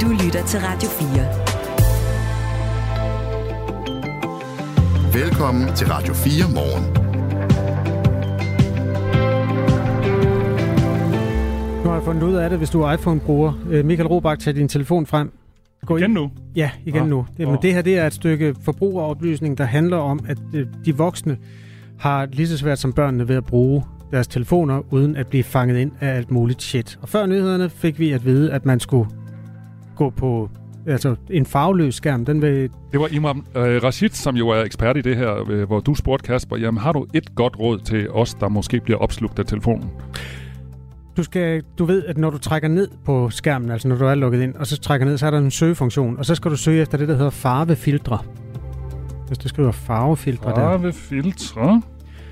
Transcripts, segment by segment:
Du lytter til Radio 4. Velkommen til Radio 4 morgen. Nu har jeg fundet ud af det, hvis du er iPhone-bruger. Michael Robach, tag din telefon frem. Gå igen ind. nu? Ja, igen nu. Det her det er et stykke forbrugeroplysning, der handler om, at de voksne har lige så svært som børnene ved at bruge deres telefoner, uden at blive fanget ind af alt muligt shit. Og før nyhederne fik vi at vide, at man skulle gå på en farveløs skærm. Det var Imran Rashid, som jo er ekspert i det her, hvor du spurgte Kasper, jamen har du et godt råd til os, der måske bliver opslugt af telefonen? Du ved, at når du trækker ned på skærmen, altså når du er logget ind, og så trækker ned, så er der en søgefunktion, og så skal du søge efter det, der hedder farvefiltre. Hvis du skriver farvefiltre Farvefiltre.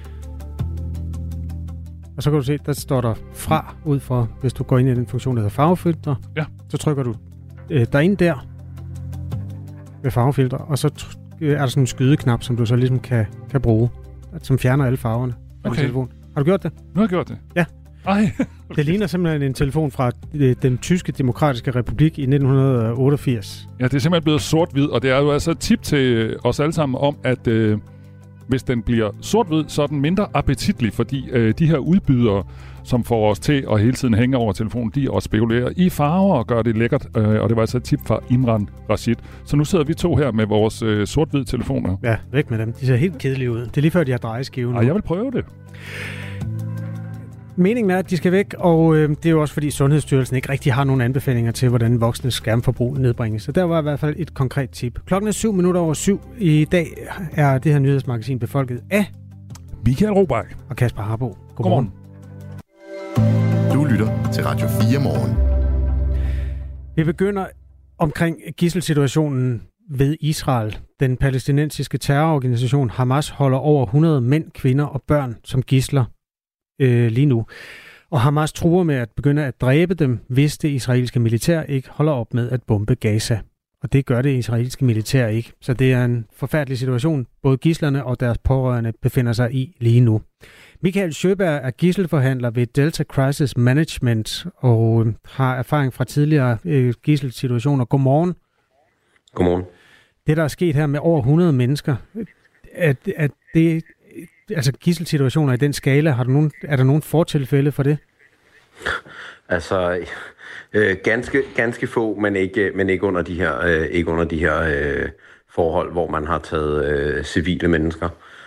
Og så kan du se, der står der fra ud for, hvis du går ind i den funktion, der hedder farvefiltre. Ja. Så trykker du derind der ved farvefiltre, og så er der sådan en skydeknap, som du så ligesom kan bruge, som fjerner alle farverne på din telefon. Har du gjort det? Nu har jeg gjort det. Ja. Ej. Det ligner simpelthen en telefon fra den tyske demokratiske republik i 1988. Ja, det er simpelthen blevet sort-hvid, og det er jo altså et tip til os alle sammen om, at hvis den bliver sort-hvid, så er den mindre appetitlig, fordi de her udbydere, som får os til at hele tiden hænge over telefonen, de også spekulerer i farver og gør det lækkert. Og det var altså et tip fra Imran Rashid. Så nu sidder vi to her med vores sort-hvide telefoner. Ja, væk med dem. De ser helt kedelige ud. Det er lige før, de har drejeskiven. Og jeg vil prøve det. Meningen er, at de skal væk, og det er jo også, fordi Sundhedsstyrelsen ikke rigtig har nogen anbefalinger til, hvordan voksnes skærmforbrug nedbringes. Så der var i hvert fald et konkret tip. Klokken er 7:07. I dag er det her nyhedsmagasin befolket af Michael Robach og Kasper Harbo. Godmorgen. Du lytter til Radio 4 morgen. Vi begynder omkring gidselsituationen ved Israel. Den palæstinensiske terrororganisation Hamas holder over 100 mænd, kvinder og børn som gidsler lige nu. Og Hamas truer med at begynde at dræbe dem, hvis det israelske militær ikke holder op med at bombe Gaza. Og det gør det israelske militær ikke. Så det er en forfærdelig situation, både gidslerne og deres pårørende befinder sig i lige nu. Michael Sjöberg er gidselforhandler ved Delta Crisis Management og har erfaring fra tidligere gidselsituationer. Godmorgen. Godmorgen. Det, der er sket her med over 100 mennesker, er det... Altså gidselsituationer i den skala, er der nogen fortilfælde for det? Altså ganske få, men ikke under de her forhold, hvor man har taget civile mennesker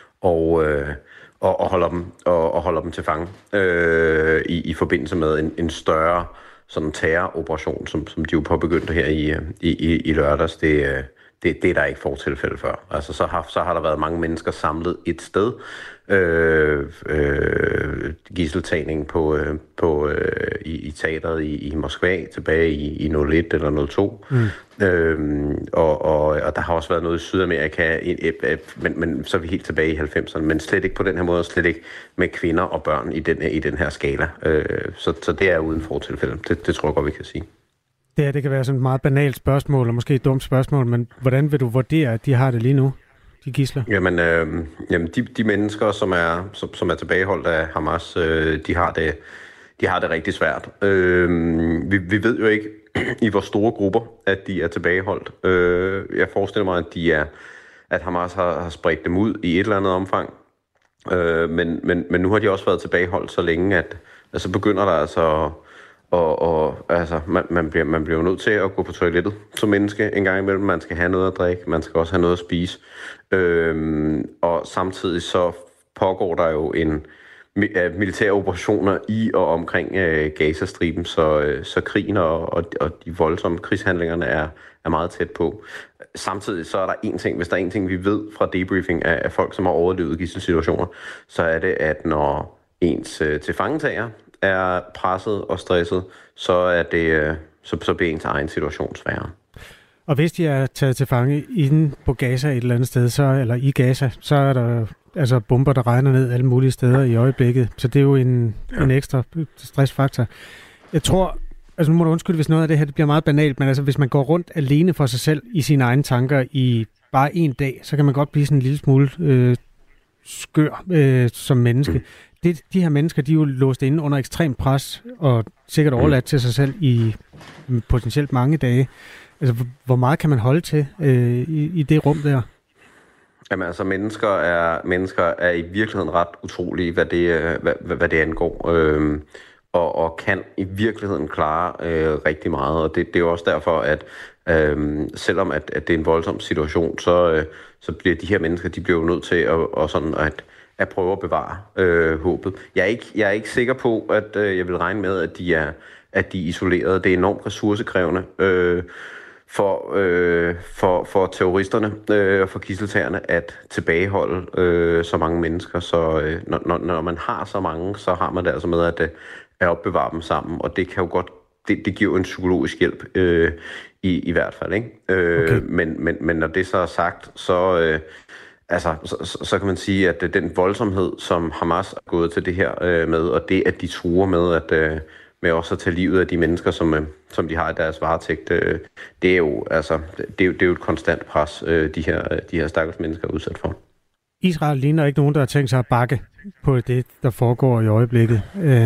og holder dem til fange i forbindelse med en større sådan terroroperation, som de jo påbegyndte her i lørdags. Det er der ikke fortilfælde før. Altså så har der været mange mennesker samlet et sted. Gidseltagning i teateret i Moskva tilbage i 01 eller 02. Og der har også været noget i Sydamerika, men så er vi helt tilbage i 90'erne, men slet ikke på den her måde, slet ikke med kvinder og børn i den her skala. Så det er uden fortilfælde. Det tror jeg godt, vi kan sige. Det kan være sådan et meget banalt spørgsmål, og måske et dumt spørgsmål, men hvordan vil du vurdere, at de har det lige nu, de gidsler? Jamen de mennesker, som er tilbageholdt af Hamas, de har det rigtig svært. Vi ved jo ikke, i hvor store grupper, at de er tilbageholdt. Jeg forestiller mig, at Hamas har spredt dem ud i et eller andet omfang. Men nu har de også været tilbageholdt så længe, at så begynder der altså... Og altså, man bliver jo nødt til at gå på toilettet som menneske en gang imellem. Man skal have noget at drikke, man skal også have noget at spise. Og samtidig så pågår der jo militære operationer i og omkring Gazastriben, så krigen og de voldsomme krigshandlingerne er meget tæt på. Samtidig så er der en ting, hvis der er en ting, vi ved fra debriefing af folk, som har overlevet gidselsituationer, så er det, at når ens tilfangetager er presset og stresset, så bliver ens egen situation sværere. Og hvis de er taget til fange inde på Gaza et eller andet sted, eller i Gaza, så er der altså bomber, der regner ned alle mulige steder i øjeblikket. Så det er jo en ekstra stressfaktor. Jeg tror, altså nu må du undskylde, hvis noget af det her det bliver meget banalt, men altså hvis man går rundt alene for sig selv i sine egne tanker i bare en dag, så kan man godt blive sådan en lille smule skør som menneske. de her mennesker, de er jo låst inde under ekstremt pres, og sikkert overladt til sig selv i potentielt mange dage. Altså, hvor meget kan man holde til i det rum der? Jamen altså, mennesker er i virkeligheden ret utrolige, hvad det angår, og kan i virkeligheden klare rigtig meget. Og det er jo også derfor, at selvom at det er en voldsom situation, så bliver de her mennesker, de bliver jo nødt til at prøve at bevare håbet. Jeg er ikke sikker på, at jeg vil regne med, at de er isolerede. Det er enormt ressourcekrævende for terroristerne og for gidseltagerne at tilbageholde så mange mennesker. Så når man har så mange, så har man det altså med at opbevare dem sammen. Og det kan jo godt, det giver jo en psykologisk hjælp i hvert fald, ikke? Okay. Men når det så er sagt, så kan man sige, at den voldsomhed, som Hamas er gået til det her med, og det, at de truer med også at tage livet af de mennesker, som de har i deres varetægt, det er jo et konstant pres, de her stakkels mennesker er udsat for. Israel ligner ikke nogen, der har tænkt sig at bakke på det, der foregår i øjeblikket.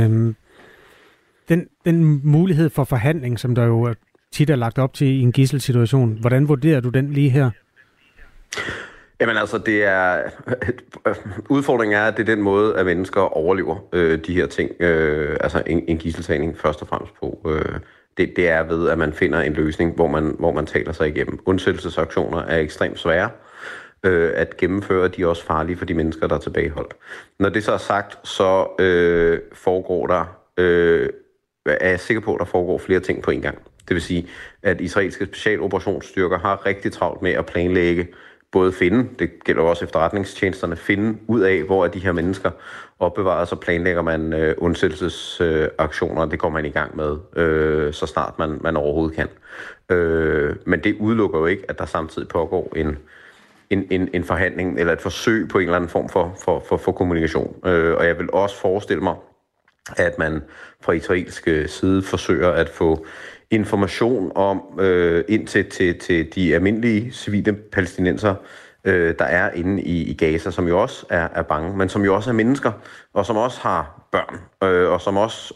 Den mulighed for forhandling, som der jo tit er lagt op til i en gidselsituation, hvordan vurderer du den lige her? Jamen altså, udfordringen er, at det er den måde, at mennesker overlever de her ting. Altså en gidseltagning først og fremmest på. Det er ved, at man finder en løsning, hvor man taler sig igennem. Undsættelsesaktioner er ekstremt svære at gennemføre. De er også farlige for de mennesker, der er tilbageholdt. Når det så er sagt, så foregår der, er jeg sikker på, at der foregår flere ting på en gang. Det vil sige, at israelske specialoperationsstyrker har rigtig travlt med at planlægge, både finde, det gælder også efterretningstjenesterne, finde ud af, hvor er de her mennesker opbevaret, så planlægger man undsættelsesaktioner, det går man i gang med, så snart man overhovedet kan. Men det udelukker jo ikke, at der samtidig pågår en forhandling, eller et forsøg på en eller anden form for kommunikation. Og jeg vil også forestille mig, at man fra israelsk side forsøger at få information om ind til de almindelige civile palæstinenser, der er inde i Gaza, som jo også er bange, men som jo også er mennesker, og som også har børn, og som også,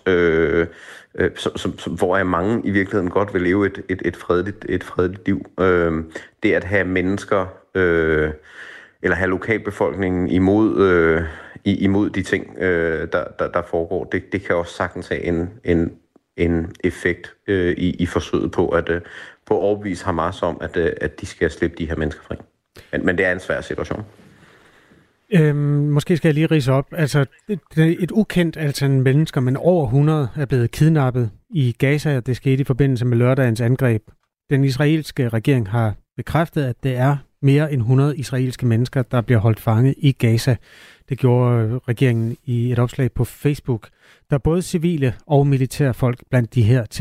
hvor mange i virkeligheden godt vil leve et fredeligt liv. Det at have mennesker, eller have lokalbefolkningen imod de ting, der foregår, det kan også sagtens have en effekt i forsøget på at overbevise Hamas om, at de skal slippe de her mennesker fri. Men det er en svær situation. Måske skal jeg lige ridse op. Altså, et ukendt antal mennesker, men over 100 er blevet kidnappet i Gaza. Det skete i forbindelse med lørdagens angreb. Den israelske regering har bekræftet, at det er mere end 100 israelske mennesker, der bliver holdt fanget i Gaza. Det gjorde regeringen i et opslag på Facebook. Der er både civile og militære folk blandt de her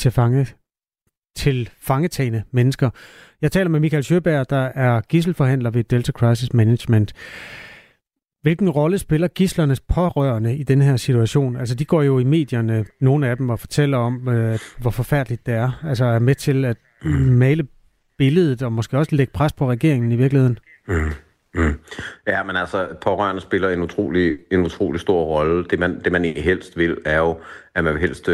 fangetagende mennesker. Jeg taler med Michael Sjöberg, der er gidselforhandler ved Delta Crisis Management. Hvilken rolle spiller gidslernes pårørende i den her situation? Altså, de går jo i medierne, nogle af dem, og fortæller om, hvor forfærdeligt det er. Altså, er med til at male billedet, og måske også lægge pres på regeringen i virkeligheden. Ja, men altså, pårørende spiller en utrolig stor rolle. Det man helst vil, er jo, at man helst,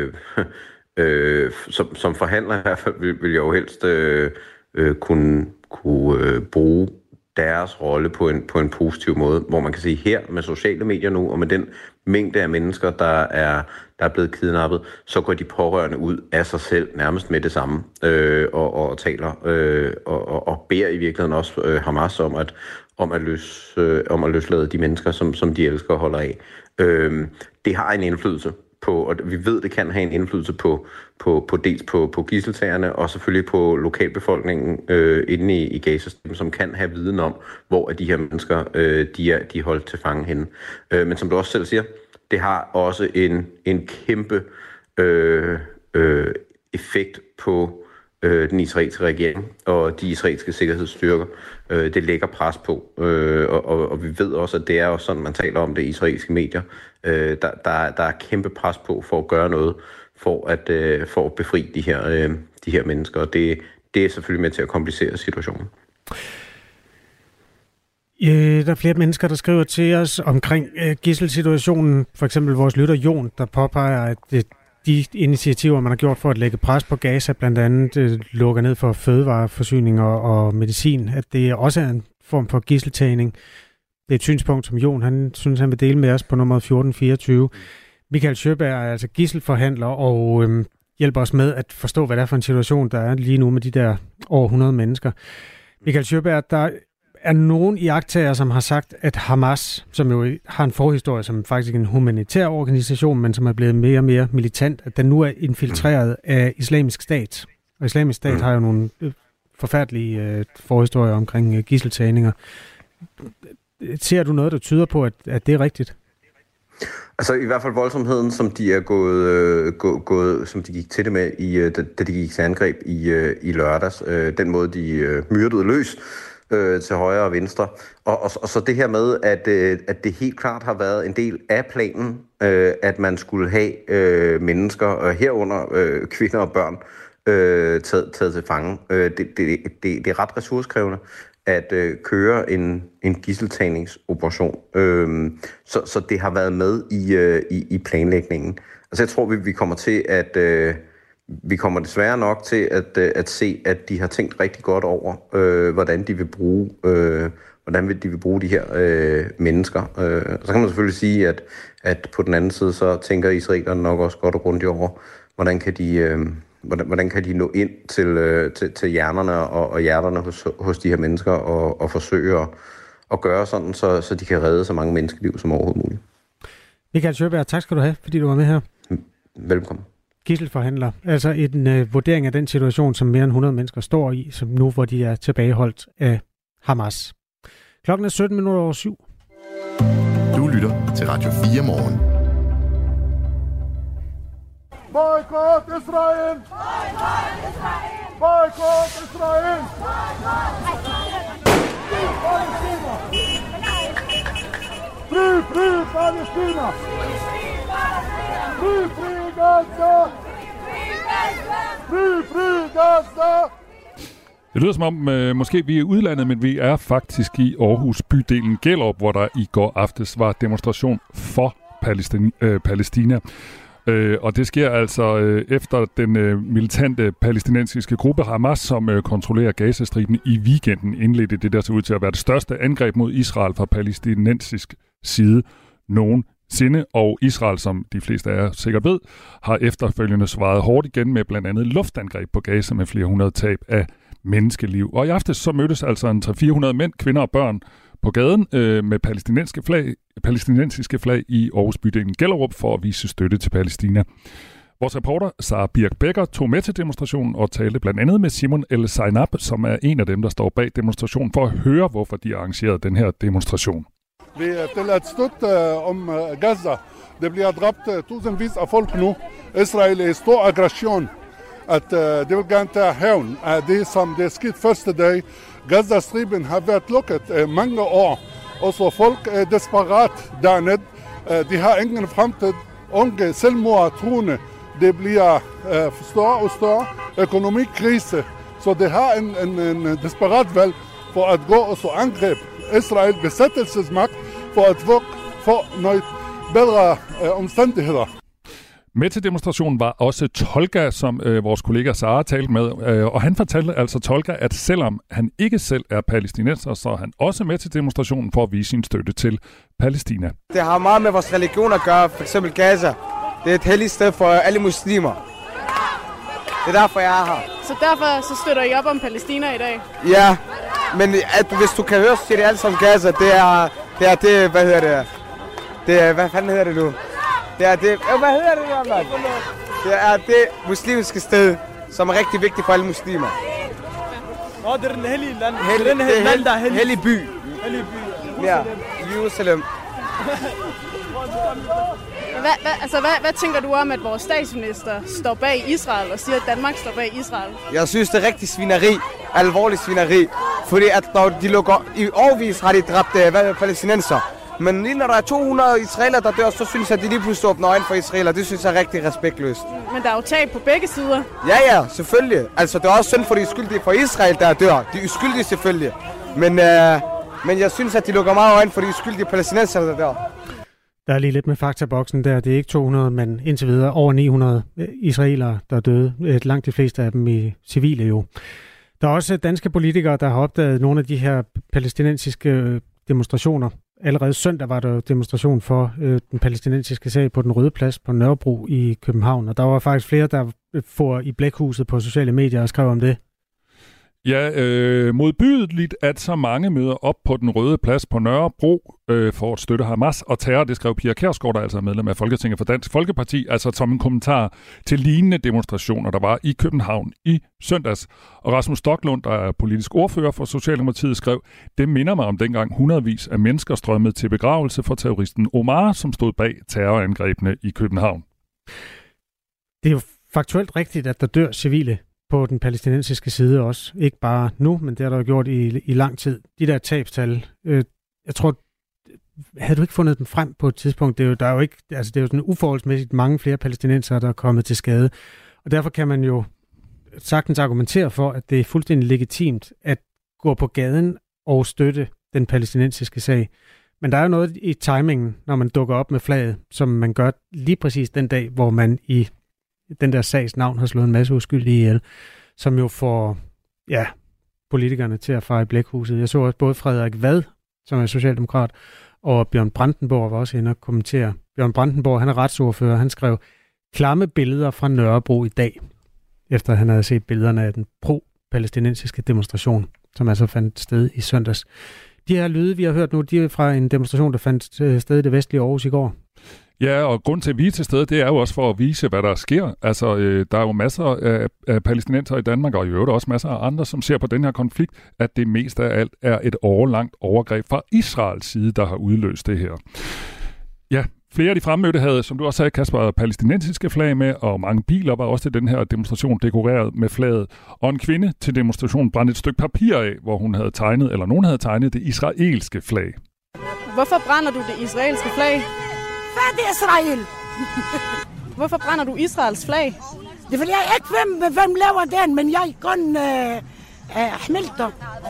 som forhandler i hvert fald, vil jeg jo helst kunne bruge deres rolle på en positiv måde, hvor man kan sige, her med sociale medier nu, og med den mængde af mennesker, der er blevet kidnappet, så går de pårørende ud af sig selv nærmest med det samme, og taler, og beder i virkeligheden også Hamas om at løslade de mennesker, som de elsker og holder af. Det har en indflydelse på, og vi ved, det kan have en indflydelse på dels på gidseltagerne, og selvfølgelig på lokalbefolkningen inde i Gaza, som kan have viden om, hvor de her mennesker de er holdt til fange henne. Men som du også selv siger, det har også en kæmpe effekt på den israelske regering og de israelske sikkerhedsstyrker. Det lægger pres på, og vi ved også, at det er også sådan, man taler om det i israelske medier. Der er kæmpe pres på for at gøre noget, for at befri de her mennesker, og det er selvfølgelig med til at komplicere situationen. Der er flere mennesker, der skriver til os omkring gidselsituationen. For eksempel vores lytter Jon, der påpeger, at de initiativer, man har gjort for at lægge pres på Gaza, blandt andet lukker ned for fødevareforsyninger og medicin, at det også er en form for gidseltagning. Det er et synspunkt, som Jon han synes, han vil dele med os på nummer 1424. Michael Sjöberg er altså gidselforhandler og hjælper os med at forstå, hvad det er for en situation, der er lige nu med de der over 100 mennesker. Michael Sjöberg, der er nogen iagttager, som har sagt, at Hamas, som jo har en forhistorie som faktisk en humanitær organisation, men som er blevet mere og mere militant, at den nu er infiltreret af Islamisk Stat. Og Islamisk Stat har jo nogle forfærdelige forhistorier omkring gidseltagninger. Ser du noget, der tyder på, at det er rigtigt? Altså i hvert fald voldsomheden, som de er gået, som de gik til det med, da de gik til angreb i lørdags. Den måde, de myrdede løs til højre og venstre. Og så det her med, at det helt klart har været en del af planen, at man skulle have mennesker, herunder kvinder og børn, taget til fange. Det er ret ressourcekrævende at køre en gidseltagningsoperation. Så det har været med i planlægningen. Altså jeg tror, vi kommer til vi kommer desværre nok til at se, at de har tænkt rigtig godt over, hvordan de vil bruge de her mennesker. Så kan man selvfølgelig sige, at på den anden side, så tænker israelerne nok også godt og grundigt over, hvordan kan de nå ind til hjernerne og hjerterne hos de her mennesker og forsøge at gøre sådan, så de kan redde så mange menneskeliv som overhovedet muligt. Michael Sjöberg, tak skal du have, fordi du var med her. Velkommen. Gidselforhandler, altså en vurdering af den situation, som mere end 100 mennesker står i, som nu, hvor de er tilbageholdt af Hamas. Klokken er 17:07. Du lytter til Radio 4 morgen. Boykot Israel! Boykot Israel! Fri Palæstina! Fri Gaza! Fri Gaza! Det lyder som om, måske vi er i udlandet, men vi er faktisk i Aarhus bydelen Gellerup, hvor der i går aftes var demonstration for Palæstina. Og det sker altså efter den militante palæstinensiske gruppe Hamas, som kontrollerer Gazastriben i weekenden, indledte det der så ud til at være det største angreb mod Israel fra palæstinensisk side nogensinde. Og Israel, som de fleste af jer sikkert ved, har efterfølgende svaret hårdt igen med blandt andet luftangreb på Gaza med flere hundrede tab af menneskeliv. Og i aftes så mødtes altså en 300-400 mænd, kvinder og børn på gaden med palæstinensiske flag i Aarhus bydelen Gellerup for at vise støtte til Palæstina. Vores reporter Sara Birk Becker tog med til demonstrationen og talte blandt andet med Simon El Zainab, som er en af dem, der står bag demonstrationen, for at høre, hvorfor de arrangerede den her demonstration. Vi til at støtte om Gaza. Det bliver dræbt tusindvis af folk nu. Israel er i stor aggression. At de vil gerne tage hævn af det, som det skete første dag. Gazastriben har været lukket mange år, og så folk er desperat dernede. De har ingen fremtid. Unge selvmordstruende. Det bliver større og større økonomikrise. Så det har en desperat valg for at gå og så angreb Israel besættelsesmagt for at få noget bedre omstændigheder. Med til demonstrationen var også Tolga, som vores kollega Sara talte med, og han fortalte altså Tolga, at selvom han ikke selv er palæstinenser, så er han også med til demonstrationen for at vise sin støtte til Palæstina. Det har meget med vores religion at gøre, for eksempel Gaza. Det er et helligt sted for alle muslimer. Det er derfor, jeg er her. Så derfor så støtter I op om Palæstina i dag? Ja, men hvis du kan høre, så siger det alt som Gaza. Det er det, hvad hedder det? Det er, hvad fanden hedder det nu? Det er det, hvad hedder det nu, mand? Det er det muslimske sted, som er rigtig vigtigt for alle muslimer. Det er den hellige land. Hellig by. Ja, Jerusalem. Hvad tænker du om, at vores statsminister står bag Israel og siger, at Danmark står bag Israel? Jeg synes, det er rigtig svineri. Alvorlig svineri. Fordi at når de lukker i årvis, har de dræbt palæstinenser. Men lige når der er 200 israeler, der dør, så synes jeg, at de lige pludselig åbner øjnene for israeler. Det synes jeg er rigtig respektløst. Men der er jo tab på begge sider. Ja, selvfølgelig. Altså, det er også synd for de uskyldige for Israel, der dør. De er uskyldige selvfølgelig. Men Men jeg synes, at de lukker meget øjne for de skyldige palæstinensere der. Der er lige lidt med faktaboksen der. Det er ikke 200, men indtil videre over 900 israelere, der er døde. Langt de fleste af dem i civile jo. Der er også danske politikere, der har opdaget nogle af de her palæstinensiske demonstrationer. Allerede søndag var der demonstration for den palæstinensiske sag på den Røde Plads på Nørrebro i København. Og der var faktisk flere, der får i blækhuset på sociale medier og skrev om det. Ja, modbydeligt, at så mange møder op på den Røde Plads på Nørrebro for at støtte Hamas og terror. Det skrev Pia Kjærsgaard, der altså er medlem af Folketinget for Dansk Folkeparti, altså som en kommentar til lignende demonstrationer, der var i København i søndags. Og Rasmus Stoklund, der er politisk ordfører for Socialdemokratiet, skrev, det minder mig om dengang hundredvis af mennesker strømmede til begravelse for terroristen Omar, som stod bag terrorangrebene i København. Det er jo faktuelt rigtigt, at der dør civile på den palæstinensiske side også. Ikke bare nu, men det har der jo gjort i lang tid. De der tabstal, jeg tror, havde du ikke fundet dem frem på et tidspunkt? Det er jo sådan uforholdsmæssigt mange flere palæstinensere, der er kommet til skade. Og derfor kan man jo sagtens argumentere for, at det er fuldstændig legitimt at gå på gaden og støtte den palæstinensiske sag. Men der er jo noget i timingen, når man dukker op med flaget, som man gør lige præcis den dag, hvor man i den der sags navn har slået en masse uskyldige ihjel, som jo får politikerne til at fare i blækhuset. Jeg så også både Frederik Vad, som er socialdemokrat, og Bjørn Brandenborg var også inde og kommentere. Bjørn Brandenborg, han er retsordfører, han skrev klamme billeder fra Nørrebro i dag, efter han havde set billederne af den pro-palæstinensiske demonstration, som altså fandt sted i søndags. De her lyde, vi har hørt nu, de er fra en demonstration, der fandt sted i det vestlige Aarhus i går. Ja, og grund til at vi er til stede, det er jo også for at vise, hvad der sker. Altså, der er jo masser af palæstinenser i Danmark, og i øvrigt også masser af andre, som ser på den her konflikt, at det mest af alt er et årelangt overgreb fra Israels side, der har udløst det her. Ja, flere af de fremmødte havde, som du også sagde, Kasper, palæstinensiske flag med, og mange biler var også til den her demonstration dekoreret med flaget. Og en kvinde til demonstrationen brændte et stykke papir af, hvor hun havde tegnet, eller nogen havde tegnet det israelske flag. Hvorfor brænder du det israelske flag? Hvad er Israel? Hvorfor brænder du Israels flag? Det er fordi, jeg ikke ved, hvem laver den, men jeg kun Hamilton.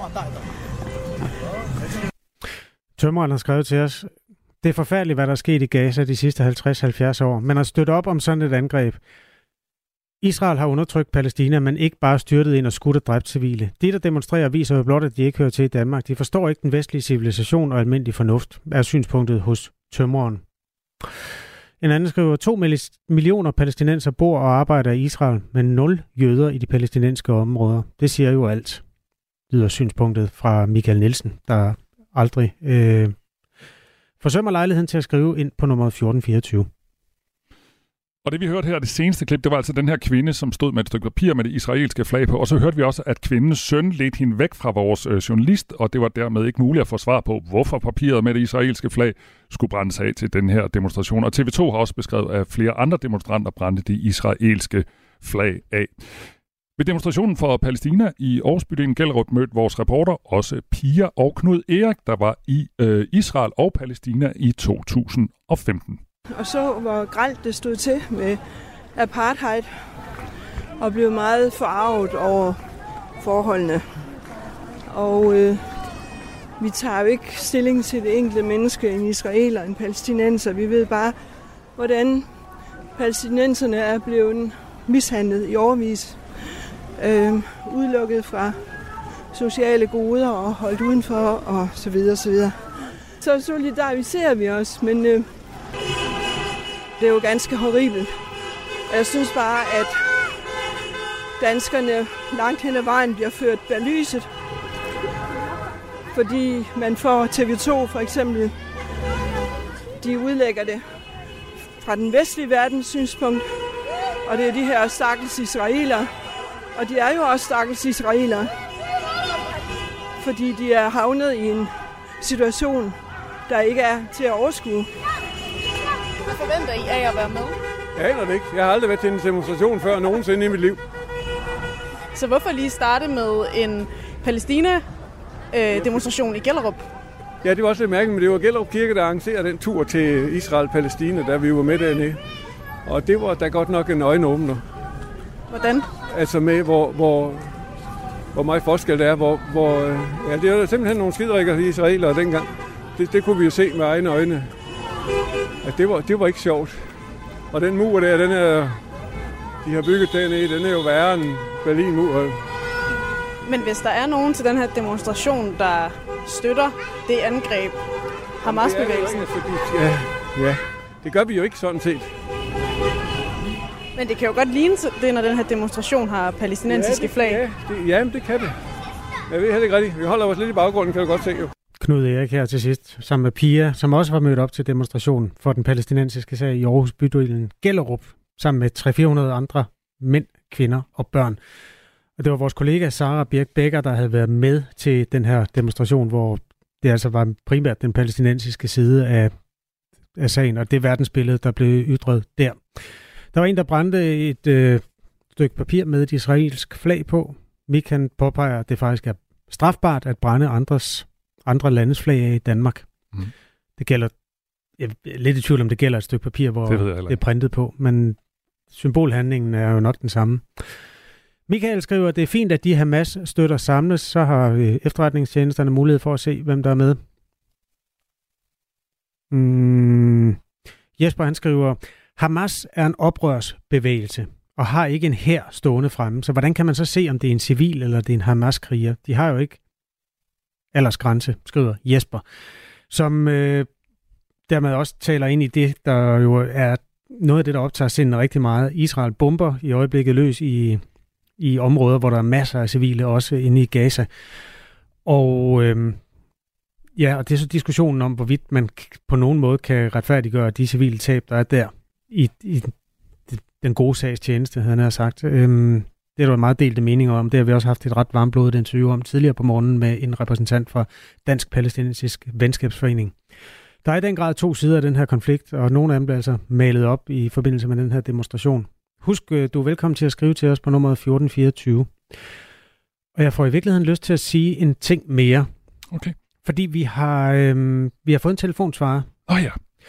Tømreren har skrevet til os, det er forfærdeligt, hvad der er sket i Gaza de sidste 50-70 år, men at støtte op om sådan et angreb. Israel har undertrykt Palæstina, men ikke bare styrtet ind og skudt og dræbt civile. De, der demonstrerer, viser jo blot, at de ikke hører til i Danmark. De forstår ikke den vestlige civilisation og almindelig fornuft, er synspunktet hos tømreren. En anden skriver, 2 millioner palæstinenser bor og arbejder i Israel, men 0 jøder i de palæstinensiske områder. Det siger jo alt, lyder synspunktet fra Michael Nielsen, der aldrig forsømmer lejligheden til at skrive ind på nummer 1424. Og det vi hørte her, det seneste klip, det var altså den her kvinde, som stod med et stykke papir med det israelske flag på. Og så hørte vi også, at kvindens søn ledte hende væk fra vores journalist, og det var dermed ikke muligt at få svar på, hvorfor papiret med det israelske flag skulle brændes af til den her demonstration. Og TV2 har også beskrevet, at flere andre demonstranter brændte det israelske flag af. Ved demonstrationen for Palæstina i Aarhusbydelen Gellerup mødte vores reporter også Pia og Knud Erik, der var i Israel og Palæstina i 2015. Og så hvor grelt det stod til med apartheid, og blev meget forarvet over forholdene. Og vi tager jo ikke stilling til det enkelte menneske, en israeler, en palæstinenser. Vi ved bare, hvordan palæstinenserne er blevet mishandlet i årevis. Udelukket fra sociale goder og holdt udenfor og så videre, så videre. Så solidariserer vi os, men det er jo ganske horribelt. Jeg synes bare, at danskerne langt hen ad vejen bliver ført bag lyset. Fordi man får TV2 for eksempel, de udlægger det fra den vestlige verdens synspunkt. Og det er de her stakkels israelere. Og de er jo også stakkels israelere. Fordi de er havnet i en situation, der ikke er til at overskue. Hvad forventer I af at være med? Jeg aner det ikke. Jeg har aldrig været til en demonstration før nogensinde i mit liv. Så hvorfor lige starte med en Palæstina-demonstration i Gellerup? Ja, det var også lidt mærkeligt, men det var Gellerup Kirke, der arrangerede den tur til Israel-Palæstina, da vi var med dernede. Og det var da godt nok en øjenåbner. Hvordan? Altså med, hvor hvor meget forskel der er, ja, det er simpelthen nogle skiderikker i israelere dengang. Det kunne vi jo se med egne øjne. At det var ikke sjovt. Og den mur der, de har bygget dernede, den er jo værre end Berlinmuren. Men hvis der er nogen til den her demonstration, der støtter det angreb, Hamas-bevægelsen... Ja, det gør vi jo ikke sådan set. Men det kan jo godt ligne det, når den her demonstration har palæstinensiske flag. Ja, det kan det. Jeg ved heller ikke rigtigt. Vi holder os lidt i baggrunden, kan du godt se jo. Knud Erik her til sidst, sammen med Pia, som også var mødt op til demonstrationen for den palæstinensiske sag i Aarhus bydelen Gellerup, sammen med 300-400 andre mænd, kvinder og børn. Og det var vores kollega Sarah Birk Becker, der havde været med til den her demonstration, hvor det altså var primært den palæstinensiske side af sagen, og det verdensbillede, der blev ytret der. Der var en, der brændte et stykke papir med et israelsk flag på. Mikan påpeger, at det faktisk er strafbart at brænde andre landes flag af i Danmark. Mm. Det gælder, jeg er lidt i tvivl om det gælder et stykke papir, hvor det er printet på, men symbolhandlingen er jo nok den samme. Michael skriver, at det er fint, at de Hamas-støtter samles, så har efterretningstjenesterne mulighed for at se, hvem der er med. Jesper, han skriver, Hamas er en oprørsbevægelse og har ikke en hær stående fremme, så hvordan kan man så se, om det er en civil eller det er en Hamas-kriger? De har jo ikke aldersgrænse, skriver Jesper, som dermed også taler ind i det, der jo er noget af det, der optager sindet rigtig meget. Israel bomber i øjeblikket løs i områder, hvor der er masser af civile, også inde i Gaza. Og og det er så diskussionen om, hvorvidt man på nogen måde kan retfærdiggøre de civile tab, der er der i den gode sags tjeneste, havde han sagt. Det er der meget delte meninger om. Det har vi også haft et ret varmblodet interview om tidligere på morgenen med en repræsentant fra Dansk Palæstinensisk Venskabsforening. Der er i den grad 2 sider af den her konflikt, og nogle af dem bliver altså malet op i forbindelse med den her demonstration. Husk, du er velkommen til at skrive til os på nummeret 1424. Og jeg får i virkeligheden lyst til at sige en ting mere. Okay. Fordi vi har fået en telefonsvarer. Ja.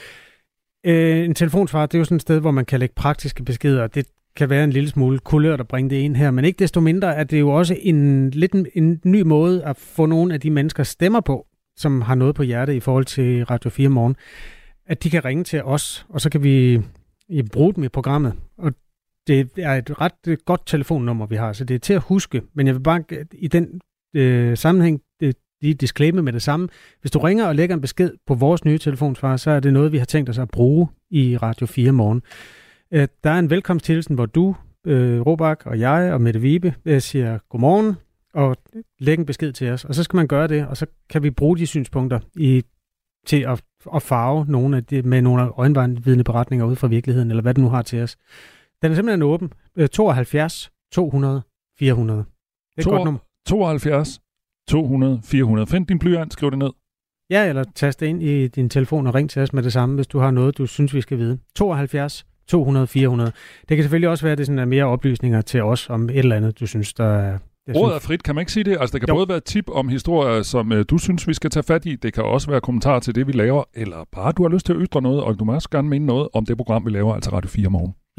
En telefonsvarer, det er jo sådan et sted, hvor man kan lægge praktiske beskeder, og det kan være en lille smule kulørt at bringe det ind her, men ikke desto mindre er det jo også en ny måde at få nogle af de mennesker stemmer på, som har noget på hjertet i forhold til Radio 4 Morgen, at de kan ringe til os, og så kan vi bruge dem i programmet. Og det er et ret godt telefonnummer, vi har, så det er til at huske, men jeg vil bare i den sammenhæng lige disclaimer med det samme. Hvis du ringer og lægger en besked på vores nye telefonsvarer, så er det noget, vi har tænkt os at bruge i Radio 4 Morgen. Der er en velkomsthilsen, hvor du, Robak og jeg og Mette Vibe siger godmorgen og lægger en besked til os. Og så skal man gøre det, og så kan vi bruge de synspunkter til at farve nogle af det med nogle øjenvidende beretninger ud fra virkeligheden, eller hvad det nu har til os. Den er simpelthen åben. 72 200 400. Det er et godt nummer. 72 200 400. Find din blyant, skriv det ned. Ja, eller tast det ind i din telefon og ring til os med det samme, hvis du har noget, du synes, vi skal vide. 72 200 400. Det kan selvfølgelig også være, at det sådan er mere oplysninger til os om et eller andet, du synes, der er... Ordet er frit, kan man ikke sige det? Altså, det kan både være et tip om historier, som du synes, vi skal tage fat i. Det kan også være kommentarer til det, vi laver, eller bare du har lyst til at ytre noget, og du må også gerne mene noget om det program, vi laver, altså Radio 4 Morgen. Ja.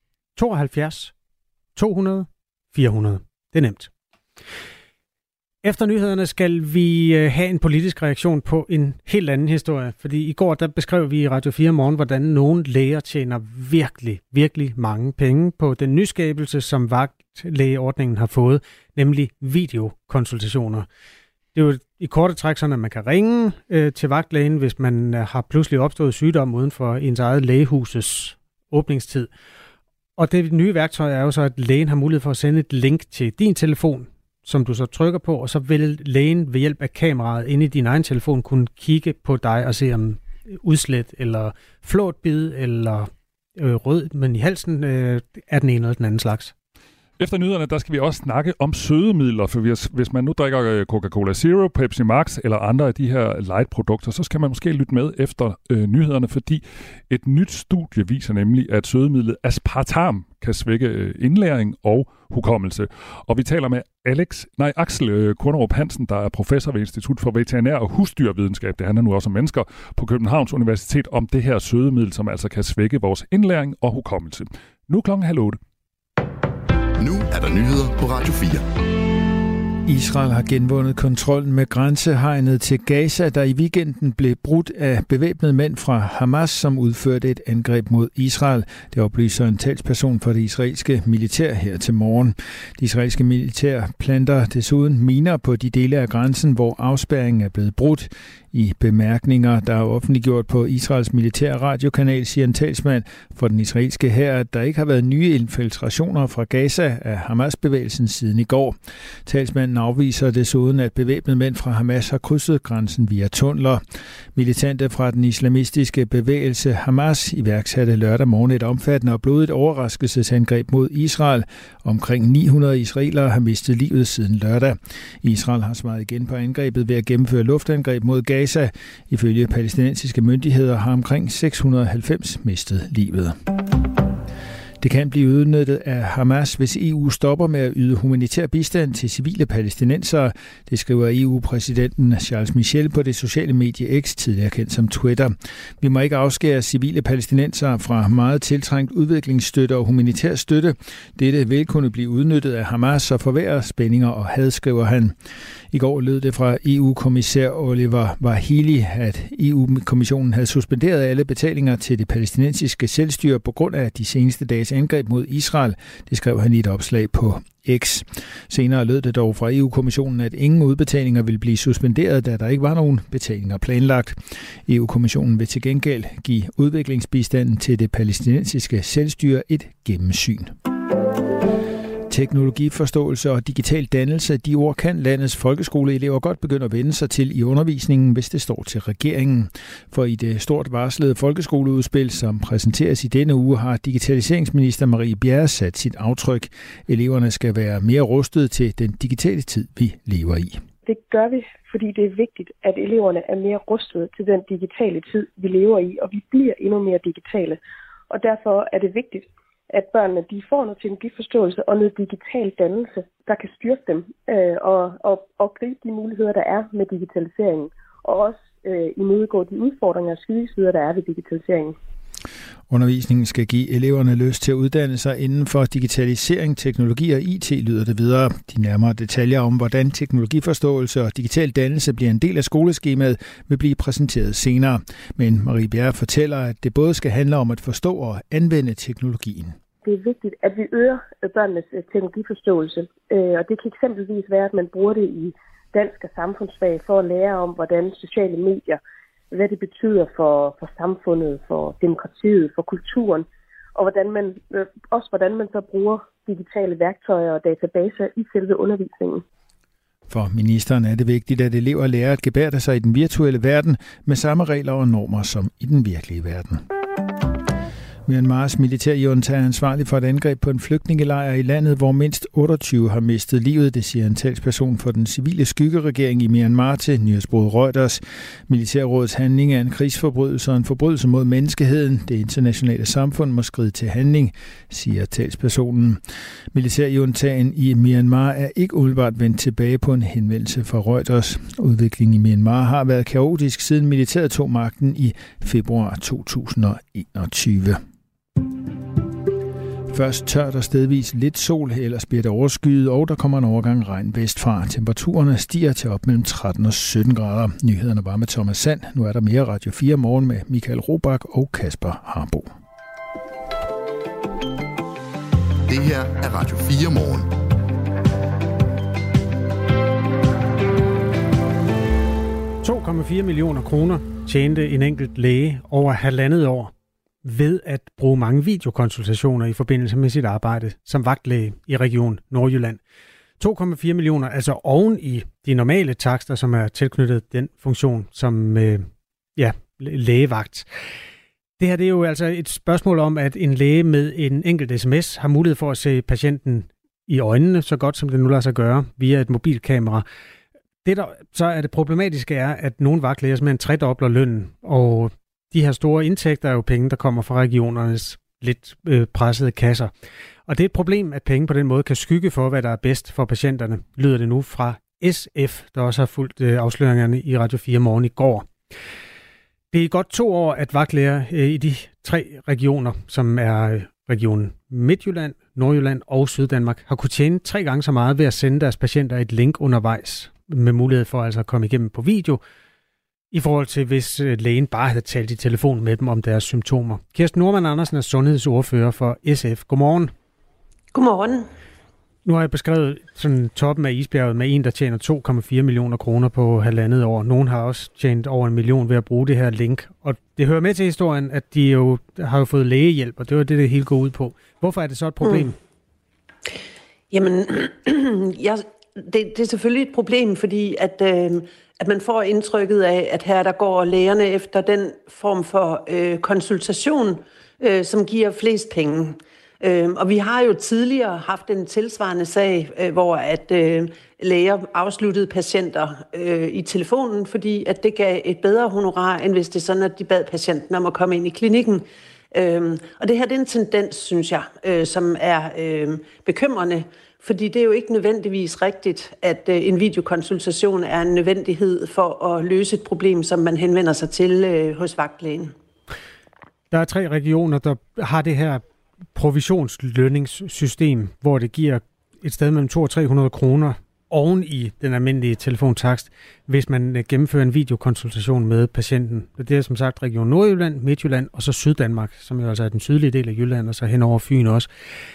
72 200 400. Det er nemt. Efter nyhederne skal vi have en politisk reaktion på en helt anden historie. Fordi i går, der beskrev vi i Radio 4 Morgen, hvordan nogle læger tjener virkelig, virkelig mange penge på den nyskabelse, som vagtlægeordningen har fået, nemlig videokonsultationer. Det er jo i korte træk sådan, at man kan ringe til vagtlægen, hvis man har pludselig opstået sygdom uden for ens eget lægehusets åbningstid. Og det nye værktøj er jo så, at lægen har mulighed for at sende et link til din telefon, som du så trykker på, og så vil lægen ved hjælp af kameraet inde i din egen telefon kunne kigge på dig og se om udslæt eller flåtbid eller rød, men i halsen er den ene eller den anden slags. Efter nyhederne, der skal vi også snakke om sødemidler, for hvis man nu drikker Coca-Cola Zero, Pepsi Max eller andre af de her light-produkter, så skal man måske lytte med efter nyhederne, fordi et nyt studie viser nemlig, at sødemidlet aspartam kan svække indlæring og hukommelse. Og vi taler med Axel Kornerup Hansen, der er professor ved Institut for Veterinær- og Husdyrvidenskab, det handler nu også om mennesker, på Københavns Universitet, om det her sødemiddel, som altså kan svække vores indlæring og hukommelse. Nu 7:30. Nu er der nyheder på Radio 4. Israel har genvundet kontrollen med grænsehegnet til Gaza, der i weekenden blev brudt af bevæbnede mænd fra Hamas, som udførte et angreb mod Israel. Det oplyser en talsperson for det israelske militær her til morgen. Det israelske militær planter desuden miner på de dele af grænsen, hvor afspærringen er blevet brudt. I bemærkninger, der er offentliggjort på Israels militære radiokanal, siger en talsmand for den israelske hær, at der ikke har været nye infiltrationer fra Gaza af Hamas-bevægelsen siden i går. Talsmanden afviser desuden, at bevæbnede mænd fra Hamas har krydset grænsen via tunneler. Militante fra den islamistiske bevægelse Hamas iværksatte lørdag morgen et omfattende og blodigt overraskelsesangreb mod Israel. Omkring 900 israelere har mistet livet siden lørdag. Israel har svaret igen på angrebet ved at gennemføre luftangreb mod Gaza. Ifølge palæstinensiske myndigheder har omkring 690 mistet livet. Det kan blive udnyttet af Hamas, hvis EU stopper med at yde humanitær bistand til civile palæstinensere. Det skriver EU-præsidenten Charles Michel på det sociale medie X, tidligere kendt som Twitter. Vi må ikke afskære civile palæstinensere fra meget tiltrængt udviklingsstøtte og humanitær støtte. Dette vil kunne blive udnyttet af Hamas og forværre spændinger og had, skriver han. I går lød det fra EU-kommissær Oliver Vahili, at EU-kommissionen havde suspenderet alle betalinger til det palæstinensiske selvstyre på grund af de seneste dages angreb mod Israel. Det skrev han i et opslag på X. Senere lød det dog fra EU-kommissionen, at ingen udbetalinger vil blive suspenderet, da der ikke var nogen betalinger planlagt. EU-kommissionen vil til gengæld give udviklingsbistanden til det palæstinensiske selvstyre et gennemsyn. Teknologiforståelse og digital dannelse, de ord kan landets folkeskoleelever godt begynde at vende sig til i undervisningen, hvis det står til regeringen. For i det stort varslede folkeskoleudspil, som præsenteres i denne uge, har digitaliseringsminister Marie Bjerre sat sit aftryk. Eleverne skal være mere rustede til den digitale tid, vi lever i. Det gør vi, fordi det er vigtigt, at eleverne er mere rustede til den digitale tid, vi lever i, og vi bliver endnu mere digitale. Og derfor er det vigtigt, at børnene de får noget teknologiforståelse og noget digital dannelse, der kan styrke dem og gribe de muligheder, der er med digitaliseringen, og også imødegå de udfordringer og skygesider, der er ved digitaliseringen. Undervisningen skal give eleverne lyst til at uddanne sig inden for digitalisering, teknologi og IT, lyder det videre. De nærmere detaljer om, hvordan teknologiforståelse og digital dannelse bliver en del af skoleskemaet, vil blive præsenteret senere. Men Marie Bjerre fortæller, at det både skal handle om at forstå og anvende teknologien. Det er vigtigt, at vi øger børnenes teknologiforståelse, og det kan eksempelvis være, at man bruger det i dansk og samfundsfag for at lære om, hvordan sociale medier, hvad det betyder for samfundet, for demokratiet, for kulturen, og hvordan man så bruger digitale værktøjer og databaser i selve undervisningen. For ministeren er det vigtigt, at elever lærer at gebærde sig i den virtuelle verden med samme regler og normer som i den virkelige verden. Myanmars militærjunta er ansvarlig for et angreb på en flygtningelejr i landet, hvor mindst 28 har mistet livet, det siger en talsperson for den civile skyggeregering i Myanmar til nyhedsbureauet Reuters. Militærrådets handling er en krigsforbrydelse og en forbrydelse mod menneskeheden. Det internationale samfund må skride til handling, siger talspersonen. Militærjuntaen i Myanmar er ikke umiddelbart vendt tilbage på en henvendelse fra Reuters. Udviklingen i Myanmar har været kaotisk siden militæret tog magten i februar 2021. Først tørt og stedvis lidt sol, ellers bliver det overskyet, og der kommer en overgang regn vestfra. Temperaturerne stiger til op mellem 13 og 17 grader. Nyhederne var med Thomas Sand. Nu er der mere Radio 4 morgen med Michael Robach og Kasper Harbo. Det her er Radio 4 morgen. 2,4 millioner kroner tjente en enkelt læge over 1,5 år ved at bruge mange videokonsultationer i forbindelse med sit arbejde som vagtlæge i Region Nordjylland. 2,4 millioner, altså oven i de normale takster, som er tilknyttet den funktion som lægevagt. Det her det er jo altså et spørgsmål om, at en læge med en enkelt sms har mulighed for at se patienten i øjnene, så godt som det nu lader sig gøre, via et mobilkamera. Det der så er det problematiske er, at nogle vagtlæger simpelthen tredobler lønnen, og de her store indtægter er jo penge, der kommer fra regionernes lidt pressede kasser. Og det er et problem, at penge på den måde kan skygge for, hvad der er bedst for patienterne, lyder det nu fra SF, der også har fulgt afsløringerne i Radio 4 morgen i går. Det er godt 2 år, at vagtlæger i de 3 regioner, som er Region Midtjylland, Nordjylland og Syddanmark har kunne tjene 3 gange så meget ved at sende deres patienter et link undervejs, med mulighed for altså at komme igennem på video, i forhold til hvis lægen bare havde talt i telefon med dem om deres symptomer. Kirsten Normann Andersen er sundhedsordfører for SF. Godmorgen. Godmorgen. Nu har jeg beskrevet sådan toppen af isbjerget med en, der tjener 2,4 millioner kroner på 1,5 år. Nogen har også tjent over 1 million ved at bruge det her link. Og det hører med til historien, at de jo har fået lægehjælp, og det var det hele går ud på. Hvorfor er det så et problem? Jamen, det er selvfølgelig et problem, fordi at man får indtrykket af, at her der går lægerne efter den form for konsultation, som giver flest penge. Og vi har jo tidligere haft en tilsvarende sag, hvor at læger afsluttede patienter i telefonen, fordi at det gav et bedre honorar, end hvis det er sådan, at de bad patienten om at komme ind i klinikken. Og det her det er en tendens, synes jeg, som er bekymrende, fordi det er jo ikke nødvendigvis rigtigt, at en videokonsultation er en nødvendighed for at løse et problem, som man henvender sig til hos vagtlægen. Der er 3 regioner, der har det her provisionslønningssystem, hvor det giver et sted mellem 200 og 300 kroner oven i den almindelige telefontakst, hvis man gennemfører en videokonsultation med patienten. Det er som sagt Region Nordjylland, Midtjylland og så Syddanmark, som jo altså er den sydlige del af Jylland, og så hen over Fyn også.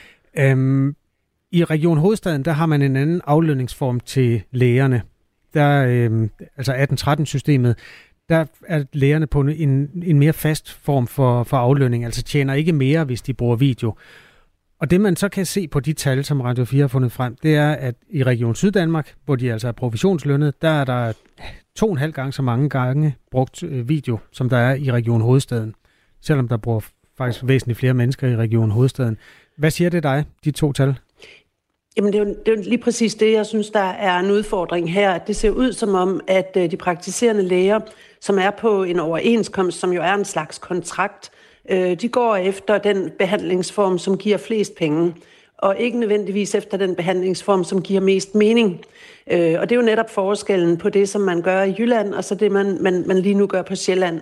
I Region Hovedstaden, der har man en anden aflønningsform til lægerne. Der, altså 1813-systemet, der er lægerne på en mere fast form for aflønning, altså tjener ikke mere, hvis de bruger video. Og det man så kan se på de tal, som Radio 4 har fundet frem, det er, at i Region Syddanmark, hvor de altså er provisionslønnet, der er der 2,5 gange så mange gange brugt video, som der er i Region Hovedstaden. Selvom der bruger faktisk væsentligt flere mennesker i Region Hovedstaden. Hvad siger det dig, de 2 tal? Jamen det er jo lige præcis det, jeg synes, der er en udfordring her. Det ser ud som om, at de praktiserende læger, som er på en overenskomst, som jo er en slags kontrakt, de går efter den behandlingsform, som giver flest penge, og ikke nødvendigvis efter den behandlingsform, som giver mest mening. Og det er jo netop forskellen på det, som man gør i Jylland, og så det, man lige nu gør på Sjælland.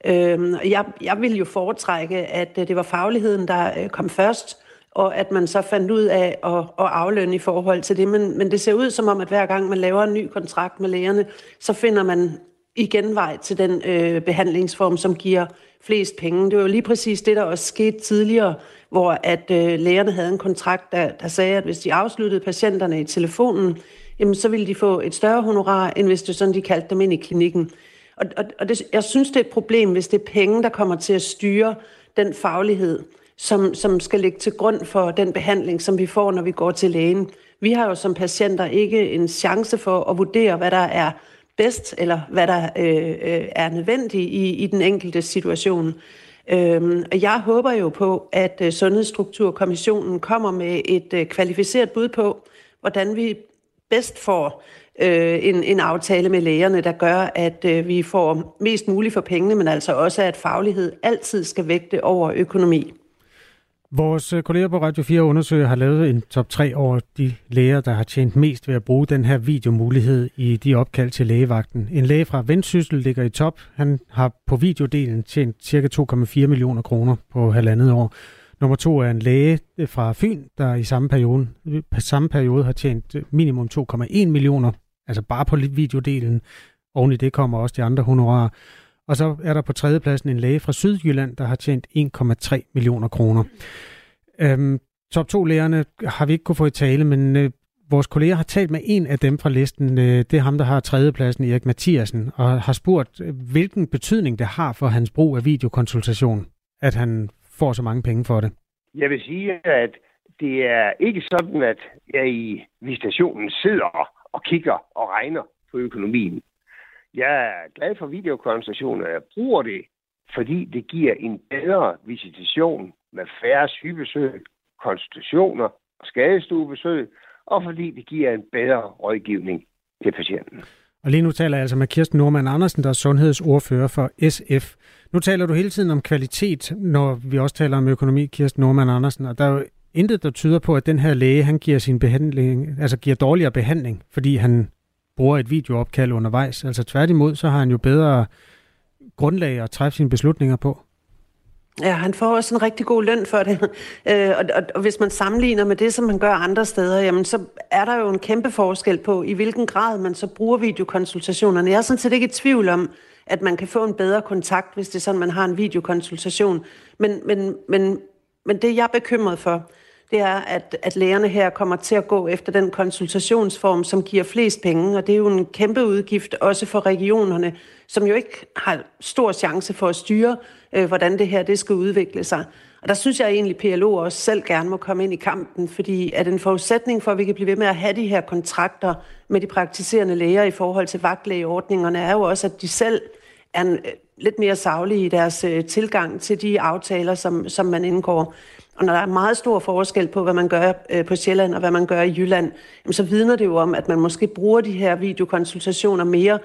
Jeg vil jo foretrække, at det var fagligheden, der kom først, og at man så fandt ud af at aflønne i forhold til det. Men det ser ud som om, at hver gang man laver en ny kontrakt med lægerne, så finder man igen vej til den behandlingsform, som giver flest penge. Det var jo lige præcis det, der også skete tidligere, hvor at lægerne havde en kontrakt, der sagde, at hvis de afsluttede patienterne i telefonen, jamen, så ville de få et større honorar, end hvis det sådan, de kaldte dem ind i klinikken. Og det, jeg synes, det er et problem, hvis det er penge, der kommer til at styre den faglighed, som skal ligge til grund for den behandling, som vi får, når vi går til lægen. Vi har jo som patienter ikke en chance for at vurdere, hvad der er bedst, eller hvad der er nødvendigt i den enkelte situation. Og jeg håber jo på, at Sundhedsstrukturkommissionen kommer med et kvalificeret bud på, hvordan vi bedst får en aftale med lægerne, der gør, at vi får mest muligt for pengene, men altså også, at faglighed altid skal vægte over økonomi. Vores kolleger på Radio 4 undersøger har lavet en top 3 over de læger, der har tjent mest ved at bruge den her videomulighed i de opkald til lægevagten. En læge fra Vendsyssel ligger i top. Han har på videodelen tjent ca. 2,4 millioner kroner på 1,5 år. Nummer 2 er en læge fra Fyn, der i samme periode har tjent minimum 2,1 millioner, altså bare på videodelen. Oven i det kommer også de andre honorarer. Og så er der på 3. pladsen en læge fra Sydjylland, der har tjent 1,3 millioner kroner. Top 2 lægerne har vi ikke kunne få i tale, men vores kolleger har talt med en af dem fra listen. Det er ham, der har 3. pladsen, Erik Mathiasen, og har spurgt, hvilken betydning det har for hans brug af videokonsultation, at han får så mange penge for det. Jeg vil sige, at det er ikke sådan, at jeg i visitationen sidder og kigger og regner på økonomien. Jeg er glad for videokonsultationer, og jeg bruger det, fordi det giver en bedre visitation med færre sygebesøg, konsultationer og skadestuebesøg, og fordi det giver en bedre rådgivning til patienten. Og lige nu taler jeg altså med Kirsten Normann Andersen, der er sundhedsordfører for SF. Nu taler du hele tiden om kvalitet, når vi også taler om økonomi, Kirsten Normann Andersen, og der er jo intet, der tyder på, at den her læge, han giver sin behandling, altså giver dårligere behandling, fordi han bruger et videoopkald undervejs. Altså tværtimod, så har han jo bedre grundlag at træffe sine beslutninger på. Ja, han får også en rigtig god løn for det. Og hvis man sammenligner med det, som man gør andre steder, jamen så er der jo en kæmpe forskel på, i hvilken grad man så bruger videokonsultationerne. Jeg er sådan set ikke i tvivl om, at man kan få en bedre kontakt, hvis det er sådan, man har en videokonsultation. Men det, jeg er bekymret for, det er, at lægerne her kommer til at gå efter den konsultationsform, som giver flest penge, og det er jo en kæmpe udgift også for regionerne, som jo ikke har stor chance for at styre, hvordan det her det skal udvikle sig. Og der synes jeg egentlig, at PLO også selv gerne må komme ind i kampen, fordi at en forudsætning for, at vi kan blive ved med at have de her kontrakter med de praktiserende læger i forhold til vagtlægeordningerne, er jo også, at de selv er lidt mere saglige i deres tilgang til de aftaler, som man indgår. Og når der er meget stor forskel på, hvad man gør på Sjælland og hvad man gør i Jylland, så vidner det jo om, at man måske bruger de her videokonsultationer mere,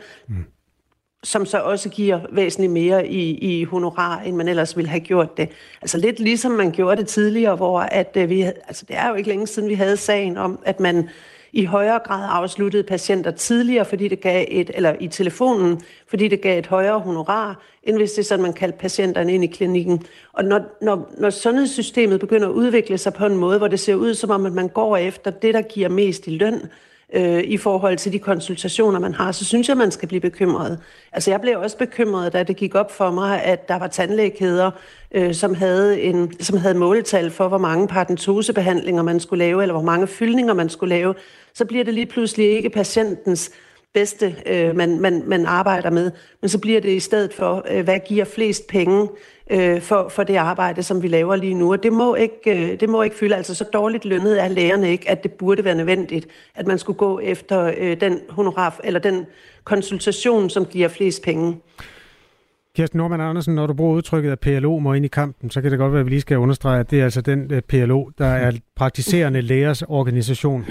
som så også giver væsentligt mere i honorar, end man ellers ville have gjort det. Altså lidt ligesom man gjorde det tidligere, hvor det er jo ikke længe siden, vi havde sagen om, at man i højere grad afsluttede patienter tidligere, fordi det gav i telefonen, fordi det gav et højere honorar, end hvis det er sådan, man kaldte patienterne ind i klinikken. Og når sundhedssystemet begynder at udvikle sig på en måde, hvor det ser ud som om, at man går efter det, der giver mest i løn, i forhold til de konsultationer, man har, så synes jeg, man skal blive bekymret. Altså, jeg blev også bekymret, da det gik op for mig, at der var tandlægekæder, som havde måltal for, hvor mange paradontosebehandlinger man skulle lave, eller hvor mange fyldninger man skulle lave. Så bliver det lige pludselig ikke patientens bedste, man arbejder med, men så bliver det i stedet for, hvad giver flest penge for det arbejde, som vi laver lige nu. Og det må ikke fylde. Altså så dårligt lønnet er lægerne ikke, at det burde være nødvendigt, at man skulle gå efter den honorar eller den konsultation, som giver flest penge. Kirsten Normann Andersen, når du bruger udtrykket, at PLO må ind i kampen, så kan det godt være, at vi lige skal understrege, at det er altså den PLO, der er praktiserende lægers organisation,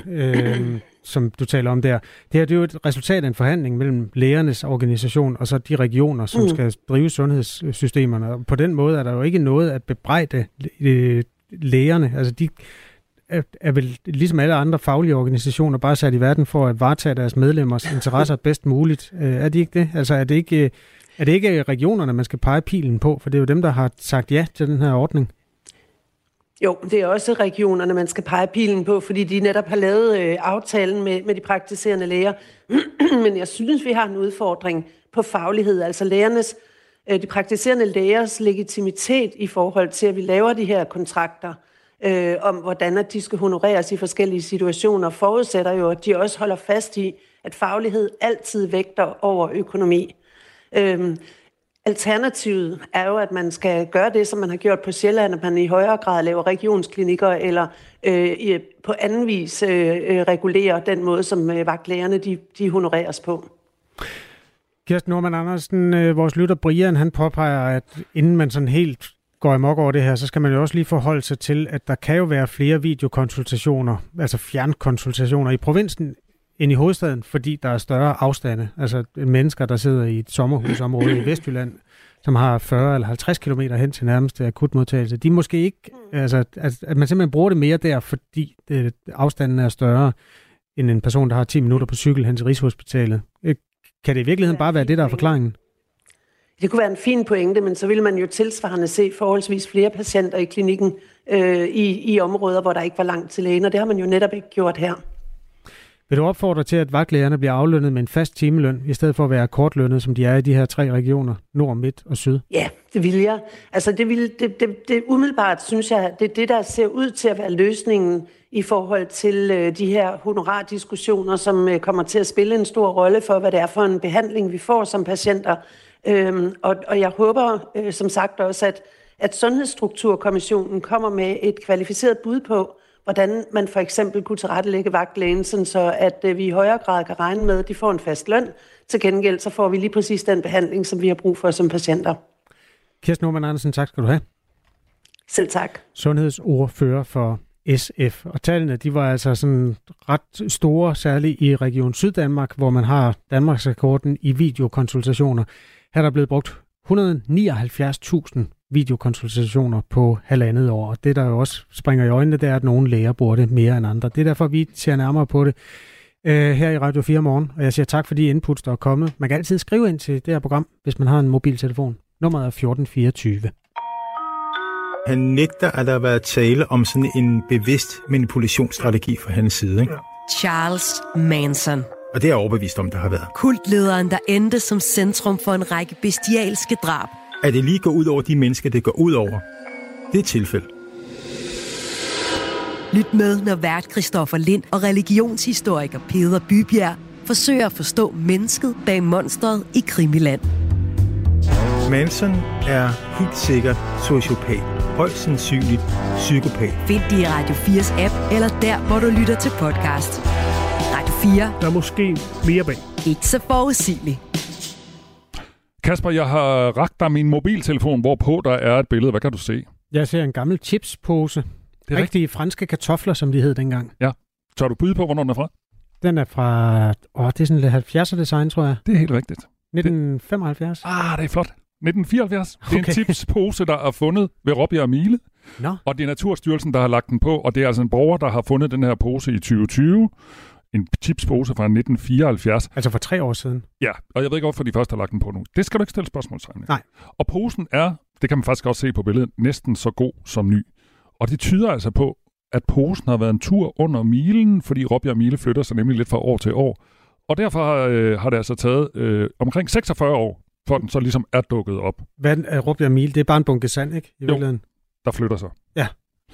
som du taler om der. Det her det er jo et resultat af en forhandling mellem lægernes organisation og så de regioner, som skal drive sundhedssystemerne. Og på den måde er der jo ikke noget at bebrejde lægerne. Altså de er vel ligesom alle andre faglige organisationer bare sat i verden for at varetage deres medlemmers interesser bedst muligt. Er de ikke det? Altså er det ikke regionerne, man skal pege pilen på? For det er jo dem, der har sagt ja til den her ordning. Jo, det er også regionerne, man skal pege pilen på, fordi de netop har lavet aftalen med de praktiserende læger. Men jeg synes, vi har en udfordring på faglighed. Altså de praktiserende lægers legitimitet i forhold til, at vi laver de her kontrakter om, hvordan at de skal honoreres i forskellige situationer, forudsætter jo, at de også holder fast i, at faglighed altid vægter over økonomi. Alternativet er jo, at man skal gøre det, som man har gjort på Sjælland, at man i højere grad laver regionsklinikker, eller på anden vis regulerer den måde, som vagtlægerne de honoreres på. Kirsten Normann Andersen, vores lytter Brian, han påpeger, at inden man sådan helt går amok over det her, så skal man jo også lige forholde sig til, at der kan jo være flere videokonsultationer, altså fjernkonsultationer i provinsen, end i hovedstaden, fordi der er større afstande. Altså mennesker, der sidder i et sommerhusområde i Vestjylland, som har 40 eller 50 kilometer hen til nærmeste akutmodtagelse. De måske ikke, altså at man simpelthen bruger det mere der, fordi afstanden er større end en person, der har 10 minutter på cykel hen til Rigshospitalet. Kan det i virkeligheden bare være det, der er forklaringen? Det kunne være en fin pointe, men så ville man jo tilsvarende se forholdsvis flere patienter i klinikken i områder, hvor der ikke var langt til lægen, og det har man jo netop ikke gjort her. Vil du opfordre til, at vagtlægerne bliver aflønnet med en fast timeløn, i stedet for at være kortlønnet, som de er i de her 3 regioner, nord, midt og syd? Ja, det vil jeg. Altså det umiddelbart, synes jeg, det er det, der ser ud til at være løsningen i forhold til de her honorardiskussioner, som kommer til at spille en stor rolle for, hvad det er for en behandling, vi får som patienter. Og jeg håber som sagt også, at Sundhedsstrukturkommissionen kommer med et kvalificeret bud på, hvordan man for eksempel kunne tilrettelægge vagtlægen, så at vi i højere grad kan regne med, at de får en fast løn. Til gengæld så får vi lige præcis den behandling, som vi har brug for som patienter. Kirsten Normann Andersen, tak skal du have. Selv tak. Sundhedsordfører for SF. Og tallene, de var altså sådan ret store, særligt i Region Syddanmark, hvor man har Danmarksrekorden i videokonsultationer. Her er der blevet brugt 179.000 videokonsultationer på 1,5 år. Og det, der jo også springer i øjnene, det er, at nogle læger bruger det mere end andre. Det er derfor, vi ser nærmere på det her i Radio 4 morgen. Og jeg siger tak for de inputs, der er kommet. Man kan altid skrive ind til det her program, hvis man har en mobiltelefon. Nummeret er 1424. Han nægter, at der har været tale om sådan en bevidst manipulationsstrategi fra hans side. Ikke? Charles Manson. Og det er jeg overbevist om, der har været. Kultlederen, der endte som centrum for en række bestialske drab. At det lige går ud over de mennesker, det går ud over, det er et tilfælde. Lyt med, når vært Christoffer Lind og religionshistoriker Peder Bybjerg forsøger at forstå mennesket bag monstret i Krimiland. Manson er helt sikkert sociopat. Højst sandsynligt psykopat. Find det i Radio 4's app, eller der, hvor du lytter til podcast. Radio 4. Der er måske mere bag. Ikke så forudsigeligt. Kasper, jeg har rakt dig min mobiltelefon, hvorpå der er et billede. Hvad kan du se? Jeg ser en gammel chipspose. Det er rigtige franske kartofler, som de hed dengang. Ja. Tør du byde på, hvornår den er fra? Den er fra... det er sådan lidt 70'er design, tror jeg. Det er helt rigtigt. 1975. Det er flot. 1974. Okay. Det er en chipspose, der er fundet ved Robbie & Miele. No. Og det er Naturstyrelsen, der har lagt den på. Og det er altså en borger, der har fundet den her pose i 2020. En chipspose fra 1974. Altså for 3 år siden? Ja, og jeg ved ikke, hvorfor de første har lagt den på nu. Det skal du ikke stille spørgsmålstegn med. Nej. Og posen er, det kan man faktisk også se på billedet, næsten så god som ny. Og det tyder altså på, at posen har været en tur under milen, fordi Robbie & Miele flytter sig nemlig lidt fra år til år. Og derfor har det altså taget omkring 46 år, for den så ligesom er dukket op. Hvad er Robbie & Miele? Det er bare en bunke sand, ikke? I virkeligheden. Der flytter sig. Ja.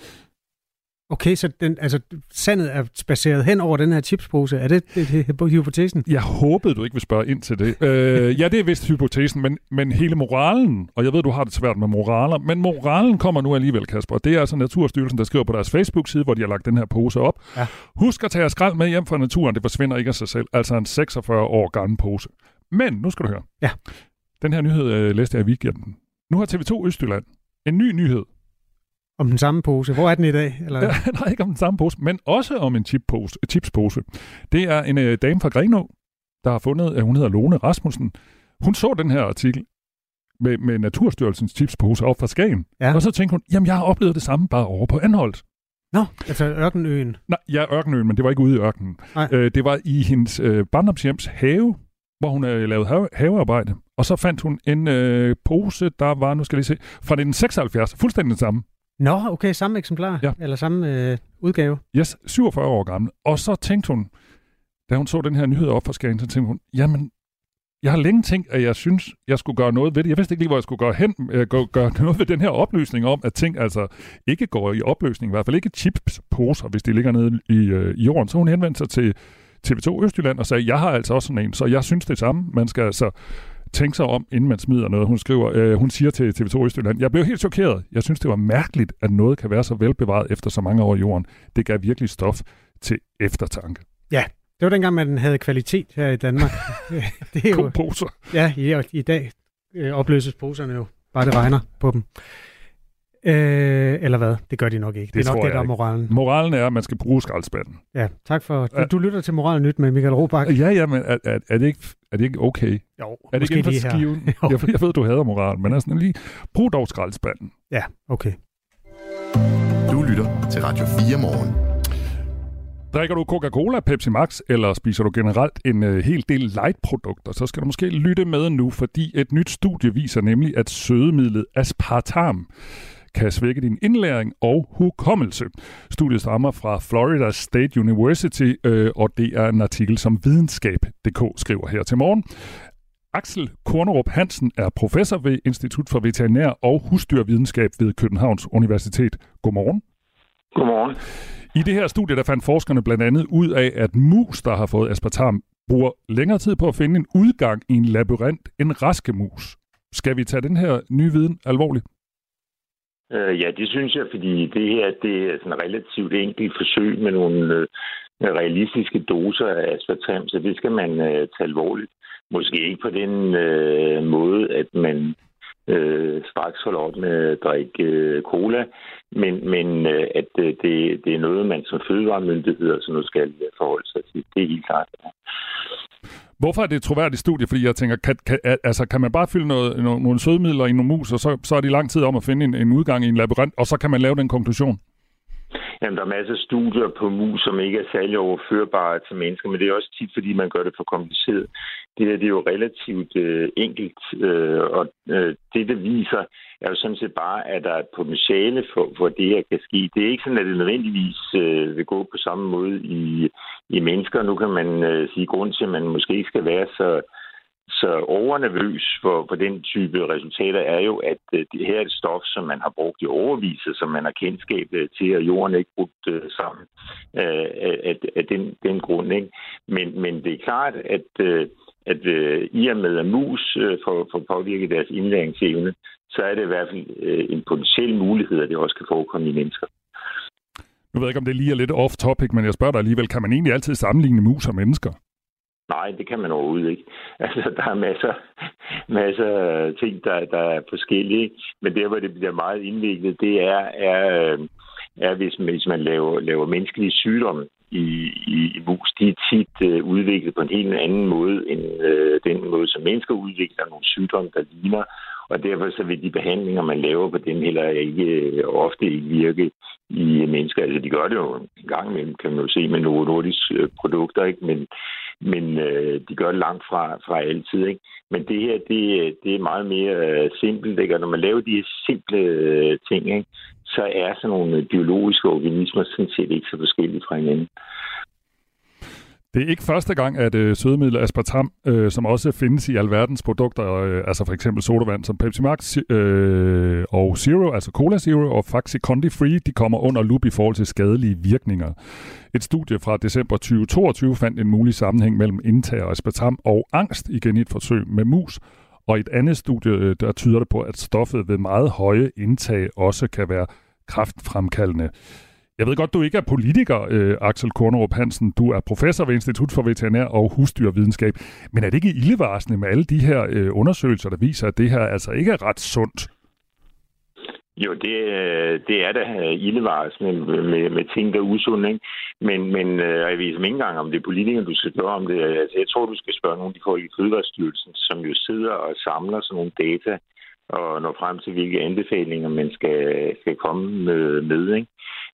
Okay, så sandet er spaceret hen over den her chipspose. Er det hypotesen? Jeg håbede, du ikke vil spørge ind til det. Ja, det er vist hypotesen, men hele moralen, og jeg ved, du har det svært med moraler, men moralen kommer nu alligevel, Kasper. Det er altså Naturstyrelsen, der skriver på deres Facebook-side, hvor de har lagt den her pose op. Ja. Husk at tage jeres skrald med hjem fra naturen, det forsvinder ikke af sig selv. Altså en 46 år gammel pose. Men, nu skal du høre. Ja. Den her nyhed læste jeg i weekenden. Nu har TV2 Østjylland en ny nyhed. Om den samme pose. Hvor er den i dag? Eller? Ja, nej, ikke om den samme pose, men også om en chipspose. Det er en dame fra Grenaa, der har fundet, hun hedder Lone Rasmussen. Hun så den her artikel med Naturstyrelsens chipspose op fra Skagen. Ja. Og så tænkte hun, jamen jeg har oplevet det samme bare over på Anholt. Nå, altså Ørkenøen. Nej, ja, Ørkenøen, men det var ikke ude i ørkenen. Det var i hendes barndomshjems have, hvor hun lavede havearbejde. Og så fandt hun en pose, der var, nu skal jeg lige se, fra 1976, fuldstændig den samme. Nå, okay, samme eksemplar, ja. Eller samme udgave. Yes, 47 år gammel. Og så tænkte hun, da hun så den her nyhed op fra Skagen, så tænkte hun, jamen, jeg har længe tænkt, at jeg synes, jeg skulle gøre noget ved det. Jeg vidste ikke lige, hvor jeg skulle gøre noget ved den her oplysning om, at ting altså ikke går i opløsning, i hvert fald ikke chipsposer, hvis de ligger nede i jorden. Så hun henvendte sig til TV2 Østjylland og sagde, jeg har altså også sådan en, så jeg synes det samme. Man skal altså tænke sig om, inden man smider noget. Hun siger til TV2 Østjylland, jeg blev helt chokeret. Jeg synes, det var mærkeligt, at noget kan være så velbevaret efter så mange år i jorden. Det gav virkelig stof til eftertanke. Ja, det var dengang, man havde kvalitet her i Danmark. Det er jo poser. Ja, i dag opløses poserne jo, bare det regner på dem. Eller hvad? Det gør de nok ikke. Det er nok det, der er moralen. Moralen er, at man skal bruge skraldespanden. Ja, tak for... Du lytter til Moral Nyt med Michael Robach. Ja, men er det ikke okay? Jo, er det ikke for skiven? Jeg ved, du hader moral, men altså lige brug dog skraldespanden. Ja, okay. Du lytter til Radio 4 morgen. Drikker du Coca-Cola, Pepsi Max, eller spiser du generelt en hel del light-produkter, så skal du måske lytte med nu, fordi et nyt studie viser nemlig, at sødemidlet aspartam kan svække din indlæring og hukommelse. Studiet stammer fra Florida State University, og det er en artikel, som videnskab.dk skriver her til morgen. Axel Kornerup Hansen er professor ved Institut for Veterinær og Husdyrvidenskab ved Københavns Universitet. Godmorgen. Godmorgen. I det her studie, der fandt forskerne blandt andet ud af, at mus, der har fået aspartam, bruger længere tid på at finde en udgang i en labyrint end raske mus. Skal vi tage den her nye viden alvorligt? Ja, det synes jeg, fordi det her det er sådan et relativt enkelt forsøg med nogle realistiske doser af aspartam, så det skal man tage alvorligt. Måske ikke på den måde, at man straks holder op med at drikke cola, men at det er noget, man som fødevaremyndigheder så nu skal forholde sig til. Det er helt klart. Ja. Hvorfor er det et troværdigt studie? Fordi jeg tænker, kan man bare fylde nogle sødemidler i nogle mus, og så er det lang tid om at finde en udgang i en labyrint, og så kan man lave den konklusion? Jamen, der er masser af studier på mus, som ikke er særlig overførbare til mennesker, men det er også tit, fordi man gør det for kompliceret. Det her, det er jo relativt enkelt, og det viser, er jo sådan set bare, at der er et potentiale for det her kan ske. Det er ikke sådan, at det nødvendigvis vil gå på samme måde i mennesker. Nu kan man sige, grund til, at man måske ikke skal være så overnervøs for den type resultater, er jo, at det her er et stof, som man har brugt i overvis, som man har kendskab til, og jorden er ikke brugt sammen af den grund. Ikke? Men det er klart, at i og med at mus får påvirket deres indlæringsevne, så er det i hvert fald en potentiel mulighed, at det også kan forekomme i mennesker. Nu ved jeg ikke, om det lige er lidt off-topic, men jeg spørger dig alligevel, kan man egentlig altid sammenligne mus og mennesker? Nej, det kan man overhovedet ikke. Altså, der er masser af ting, der er forskellige, men der, hvor det bliver meget indviklet, det er hvis man laver menneskelige sygdomme i mus. De er tit udviklet på en helt anden måde, end den måde, som mennesker udvikler nogle sygdomme, der ligner. Og derfor så vil de behandlinger, man laver på dem, heller ofte ikke virke i mennesker. Altså, de gør det jo en gang imellem, kan man jo se, med nogle nordiske produkter, ikke? Men de gør det langt fra altid, ikke? Men det her, det er meget mere simpelt, ikke? Og når man laver de her simple ting, ikke, så er sådan nogle biologiske organismer sådan set ikke så forskellige fra hinanden. Det er ikke første gang, at sødemidler aspartam, som også findes i alverdens produkter, altså for eksempel sodavand som Pepsi Max og Zero, altså Cola Zero og Faxi Condi Free, de kommer under lup i forhold til skadelige virkninger. Et studie fra december 2022 fandt en mulig sammenhæng mellem indtag af aspartam og angst, igen i et forsøg med mus. Og et andet studie, der tyder det på, at stoffet ved meget høje indtag også kan være kræftfremkaldende. Jeg ved godt, du ikke er politiker, Axel Kornerup Hansen. Du er professor ved Institut for Veterinær og Husdyrvidenskab. Men er det ikke ildevarslende med alle de her undersøgelser, der viser, at det her altså ikke er ret sundt? Jo, det er da ildevarslende med ting, der er usunde, ikke? Men jeg ved ikke engang, om det er politikere, du skal spørge om det. Altså, jeg tror, du skal spørge nogle af de folk i Fødevarestyrelsen, som jo sidder og samler sådan nogle data og når frem til, hvilke anbefalinger man skal komme med, ikke?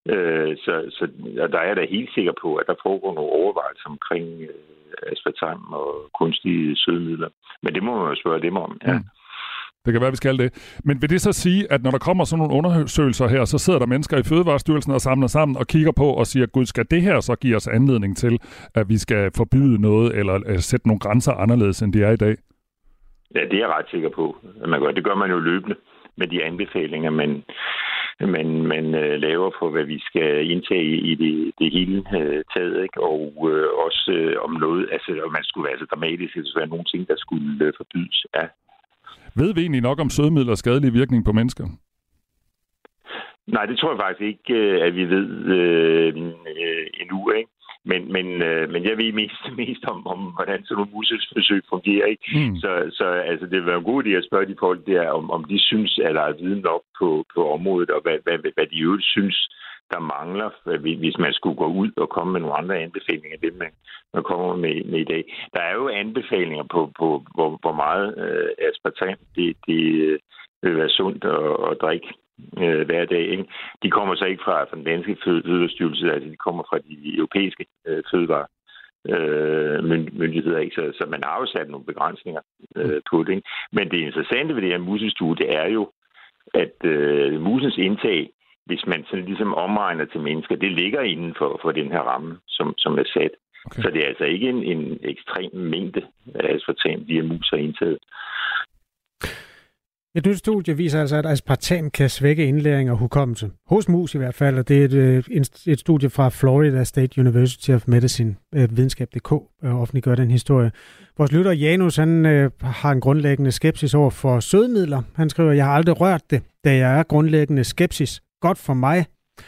Så der er jeg da helt sikker på, at der foregår nogle overvejelser omkring aspartam og kunstige sødemidler. Men det må man jo spørge dem om, ja. Det kan være, vi skal det. Men vil det så sige, at når der kommer sådan nogle undersøgelser her, så sidder der mennesker i Fødevarestyrelsen og samler sammen og kigger på og siger, gud, skal det her så give os anledning til, at vi skal forbyde noget eller sætte nogle grænser anderledes, end de er i dag? Ja, det er jeg ret sikker på, at man gør. Det gør man jo løbende med de anbefalinger, man laver for, hvad vi skal indtage i det hele taget, ikke? Og også om noget, altså om man skulle være så dramatisk, at det være nogle ting, der skulle forbydes. Ja. Ved vi egentlig nok om sødemidlers skadelige virkning på mennesker? Nej, det tror jeg faktisk ikke, at vi ved endnu, ikke? Men jeg ved mest om hvordan sådan nogle musesforsøg fungerer, ikke? Så altså, det vil være en god idé at spørge de folk der, om de synes, at der er viden nok på området, og hvad de øvrigt synes, der mangler, hvis man skulle gå ud og komme med nogle andre anbefalinger, det man kommer med i dag. Der er jo anbefalinger på hvor meget aspartam det vil være sundt at drikke hver dag, ikke? De kommer så ikke fra den danske fødevarestyrelse, altså de kommer fra de europæiske fødevaremyndigheder, ikke? Så man har jo sat nogle begrænsninger på det, ikke? Men det interessante ved det her musestudie er jo, at musens indtag, hvis man sådan ligesom omregner til mennesker, det ligger inden for den her ramme, som er sat. Okay. Så det er altså ikke en ekstrem mængde af aspartam, de her mus har indtaget. Et nyt studie viser altså, at aspartam kan svække indlæring og hukommelse. Hos mus i hvert fald, og det er et studie fra Florida State University of Medicine, videnskab.dk, offentliggør den historie. Vores lytter Janus, han har en grundlæggende skepsis over for sødemidler. Han skriver, jeg har aldrig rørt det, da jeg er grundlæggende skepsis. Godt for mig.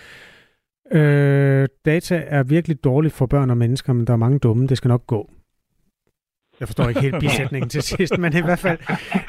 Data er virkelig dårligt for børn og mennesker, men der er mange dumme. Det skal nok gå. Jeg forstår ikke helt bisætningen til sidst, men i hvert fald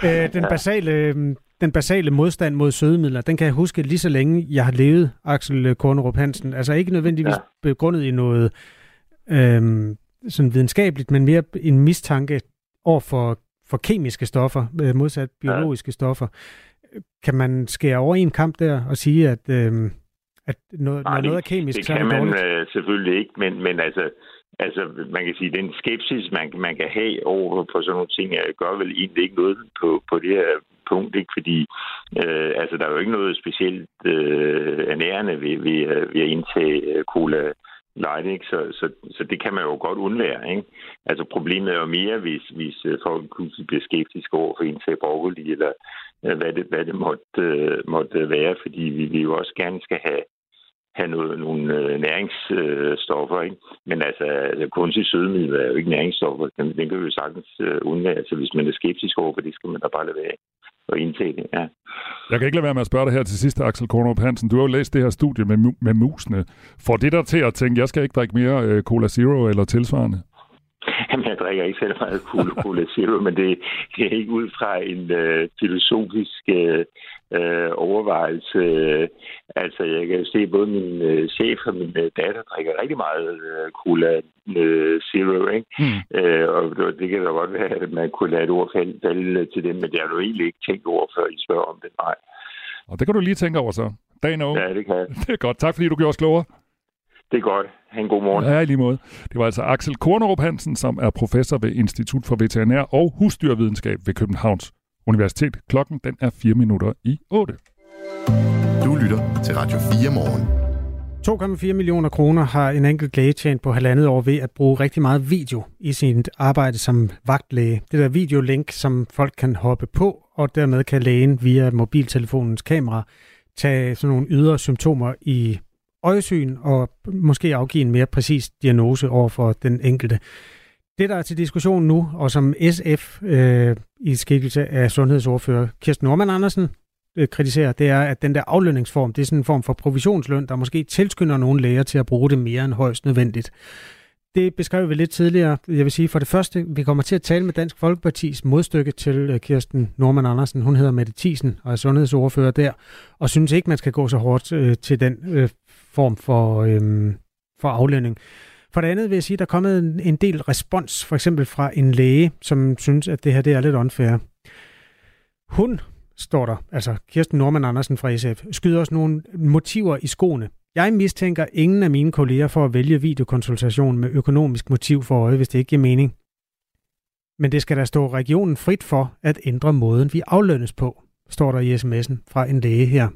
den basale modstand mod sødemidler, den kan jeg huske lige så længe jeg har levet, Axel Kornerup Hansen. Altså ikke nødvendigvis begrundet i noget sådan videnskabeligt, men mere en mistanke over for kemiske stoffer, modsat biologiske stoffer. Kan man skære over i en kamp der og sige, At når noget er kemisk, så er det dårligt? Det kan man selvfølgelig ikke, men altså, man kan sige, den skepsis, man kan have over for sådan nogle ting, gør vel egentlig ikke noget på det her punkt, ikke? Fordi der er jo ikke noget specielt ernærende ved at indtage cola light, ikke? Så det kan man jo godt undvære, ikke? Altså problemet er jo mere, hvis folk pludselig bliver skeptiske over for at indtage broccoli, eller hvad det måtte være, fordi vi jo også gerne skal have nogle næringsstoffer, ikke? Men altså kunstig sødemiddel er jo ikke næringsstoffer. Den kan vi jo sagtens undvære. Altså hvis man er skeptisk over for det, skal man da bare lade være og indtage det, ja. Jeg kan ikke lade være med at spørge dig her til sidst, Axel Kornerup Hansen. Du har jo læst det her studie med musene. Får det der til at tænke, jeg skal ikke drikke mere Cola Zero eller tilsvarende? Jamen, jeg drikker ikke selv meget Cola Zero, men det er ikke ud fra en filosofisk overvejelse. Altså, jeg kan se, både min chef og min datter drikker rigtig meget Cola Zero, ikke? Og det kan da godt være, at man kunne lade et ord falde til dem, men det har du egentlig ikke tænkt over, før I spørger om det. Nej. Og det kan du lige tænke over så. Dagen er ung. Ja, det kan jeg. Det er godt. Tak, fordi du gjorde os klogere. Det er godt. Ha' en god morgen. Ja, i lige måde. Det var altså Axel Kornerup Hansen, som er professor ved Institut for Veterinær og Husdyrvidenskab ved Københavns Universitet. Klokken den er 7:04. Du lytter til Radio 4 morgen. 2,4 millioner kroner har en enkelt læge tjent på 1,5 år ved at bruge rigtig meget video i sit arbejde som vagtlæge. Det der videolink, som folk kan hoppe på, og dermed kan lægen via mobiltelefonens kamera tage sådan nogle ydre symptomer i øjesyn og måske afgive en mere præcis diagnose over for den enkelte. Det, der er til diskussion nu, og som SF i skikkelse af sundhedsordfører Kirsten Normann Andersen kritiserer, det er, at den der aflønningsform, det er sådan en form for provisionsløn, der måske tilskynder nogle læger til at bruge det mere end højst nødvendigt. Det beskrev vi lidt tidligere. Jeg vil sige, for det første, vi kommer til at tale med Dansk Folkepartis modstykke til Kirsten Normann Andersen. Hun hedder Mette Thiesen og er sundhedsordfører der, og synes ikke, man skal gå så hårdt til den form for aflønning. For det andet vil jeg sige, at der er kommet en del respons, for eksempel fra en læge, som synes, at det her det er lidt unfair. Hun, står der, altså Kirsten Normann Andersen fra SF, skyder os nogle motiver i skoene. Jeg mistænker ingen af mine kolleger for at vælge videokonsultation med økonomisk motiv for øje, hvis det ikke giver mening. Men det skal der stå regionen frit for at ændre måden, vi aflønnes på, står der i sms'en fra en læge her.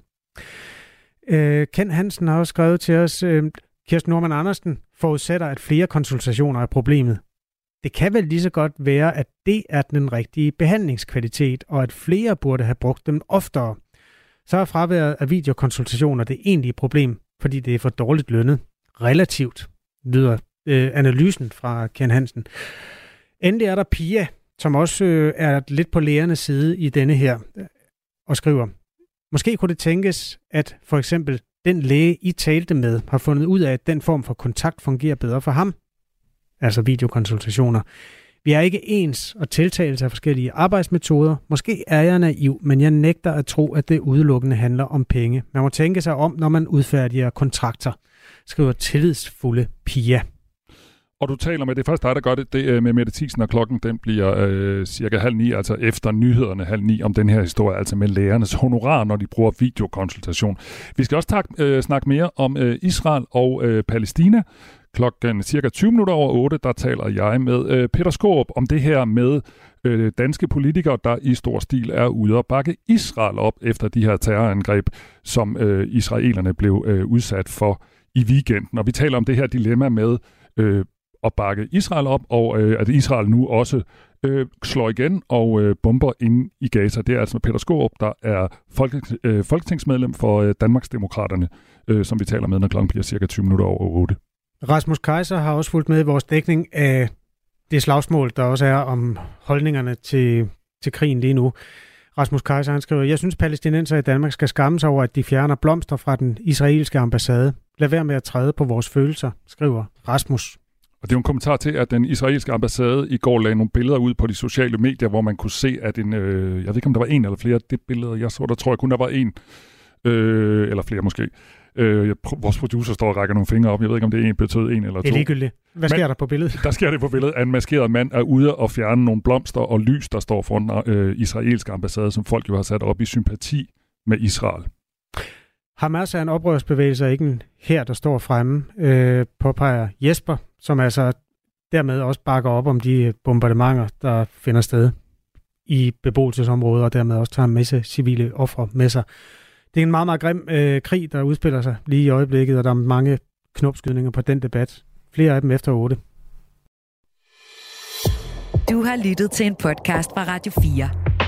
Ken Hansen har også skrevet til os, Kirsten Normann Andersen forudsætter, at flere konsultationer er problemet. Det kan vel lige så godt være, at det er den rigtige behandlingskvalitet, og at flere burde have brugt dem oftere. Så er fraværet af videokonsultationer det egentlige problem, fordi det er for dårligt lønnet. Relativt, lyder analysen fra Ken Hansen. Endelig er der Pia, som også er lidt på lægernes side i denne her, og skriver, måske kunne det tænkes, at for eksempel den læge, I talte med, har fundet ud af, at den form for kontakt fungerer bedre for ham. Altså videokonsultationer. Vi er ikke ens, og tiltagelse af forskellige arbejdsmetoder. Måske er jeg naiv, men jeg nægter at tro, at det udelukkende handler om penge. Man må tænke sig om, når man udfærdiger kontrakter, skriver tillidsfulde Pia. Og du taler med, det er først dig, der gør det med Mette Thiesen, og klokken den bliver cirka 8:30, altså efter nyhederne 8:30 om den her historie, altså med lægernes honorar, når de bruger videokonsultation. Vi skal også snakke mere om Israel og Palæstina. Klokken cirka 8:20, der taler jeg med Peter Skaarup om det her med danske politikere, der i stor stil er ude at bakke Israel op efter de her terrorangreb, som israelerne blev udsat for i weekenden. Og vi taler om det her dilemma med at bakke Israel op, og at Israel nu også slår igen og bomber ind i Gaza. Det er altså Peter Skaarup, der er folketingsmedlem for Danmarksdemokraterne, som vi taler med, når klokken bliver cirka 8:20. Rasmus Kaiser har også fulgt med i vores dækning af det slagsmål, der også er om holdningerne til krigen lige nu. Rasmus Kaiser, han skriver, jeg synes, palæstinenser i Danmark skal skamme sig over, at de fjerner blomster fra den israelske ambassade. Lad være med at træde på vores følelser, skriver Rasmus. Og det er en kommentar til, at den israelske ambassade i går lagde nogle billeder ud på de sociale medier, hvor man kunne se, at jeg ved ikke, om der var en eller flere, det billede, jeg så, der tror jeg kun, der var en, eller flere måske. Vores producer står og rækker nogle fingre op. Jeg ved ikke, om det betød en eller to. Det er ligegyldigt. Hvad sker der på billedet? Der sker det på billedet, at en maskeret mand er ude og fjerne nogle blomster og lys, der står foran israelsk ambassade, som folk jo har sat op i sympati med Israel. Hamas er en oprørsbevægelse og ikke en hær, der står fremme, påpeger Jesper, som altså dermed også bakker op om de bombardementer, der finder sted i beboelsesområder, og dermed også tager en masse civile ofre med sig. Det er en meget, meget grim krig, der udspiller sig lige i øjeblikket, og der er mange knopskydninger på den debat. Flere af dem efter 8. Du har lyttet til en podcast fra Radio 4.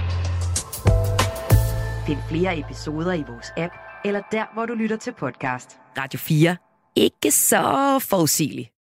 Find flere episoder i vores app, eller der, hvor du lytter til podcast. Radio 4. Ikke så forudsigeligt.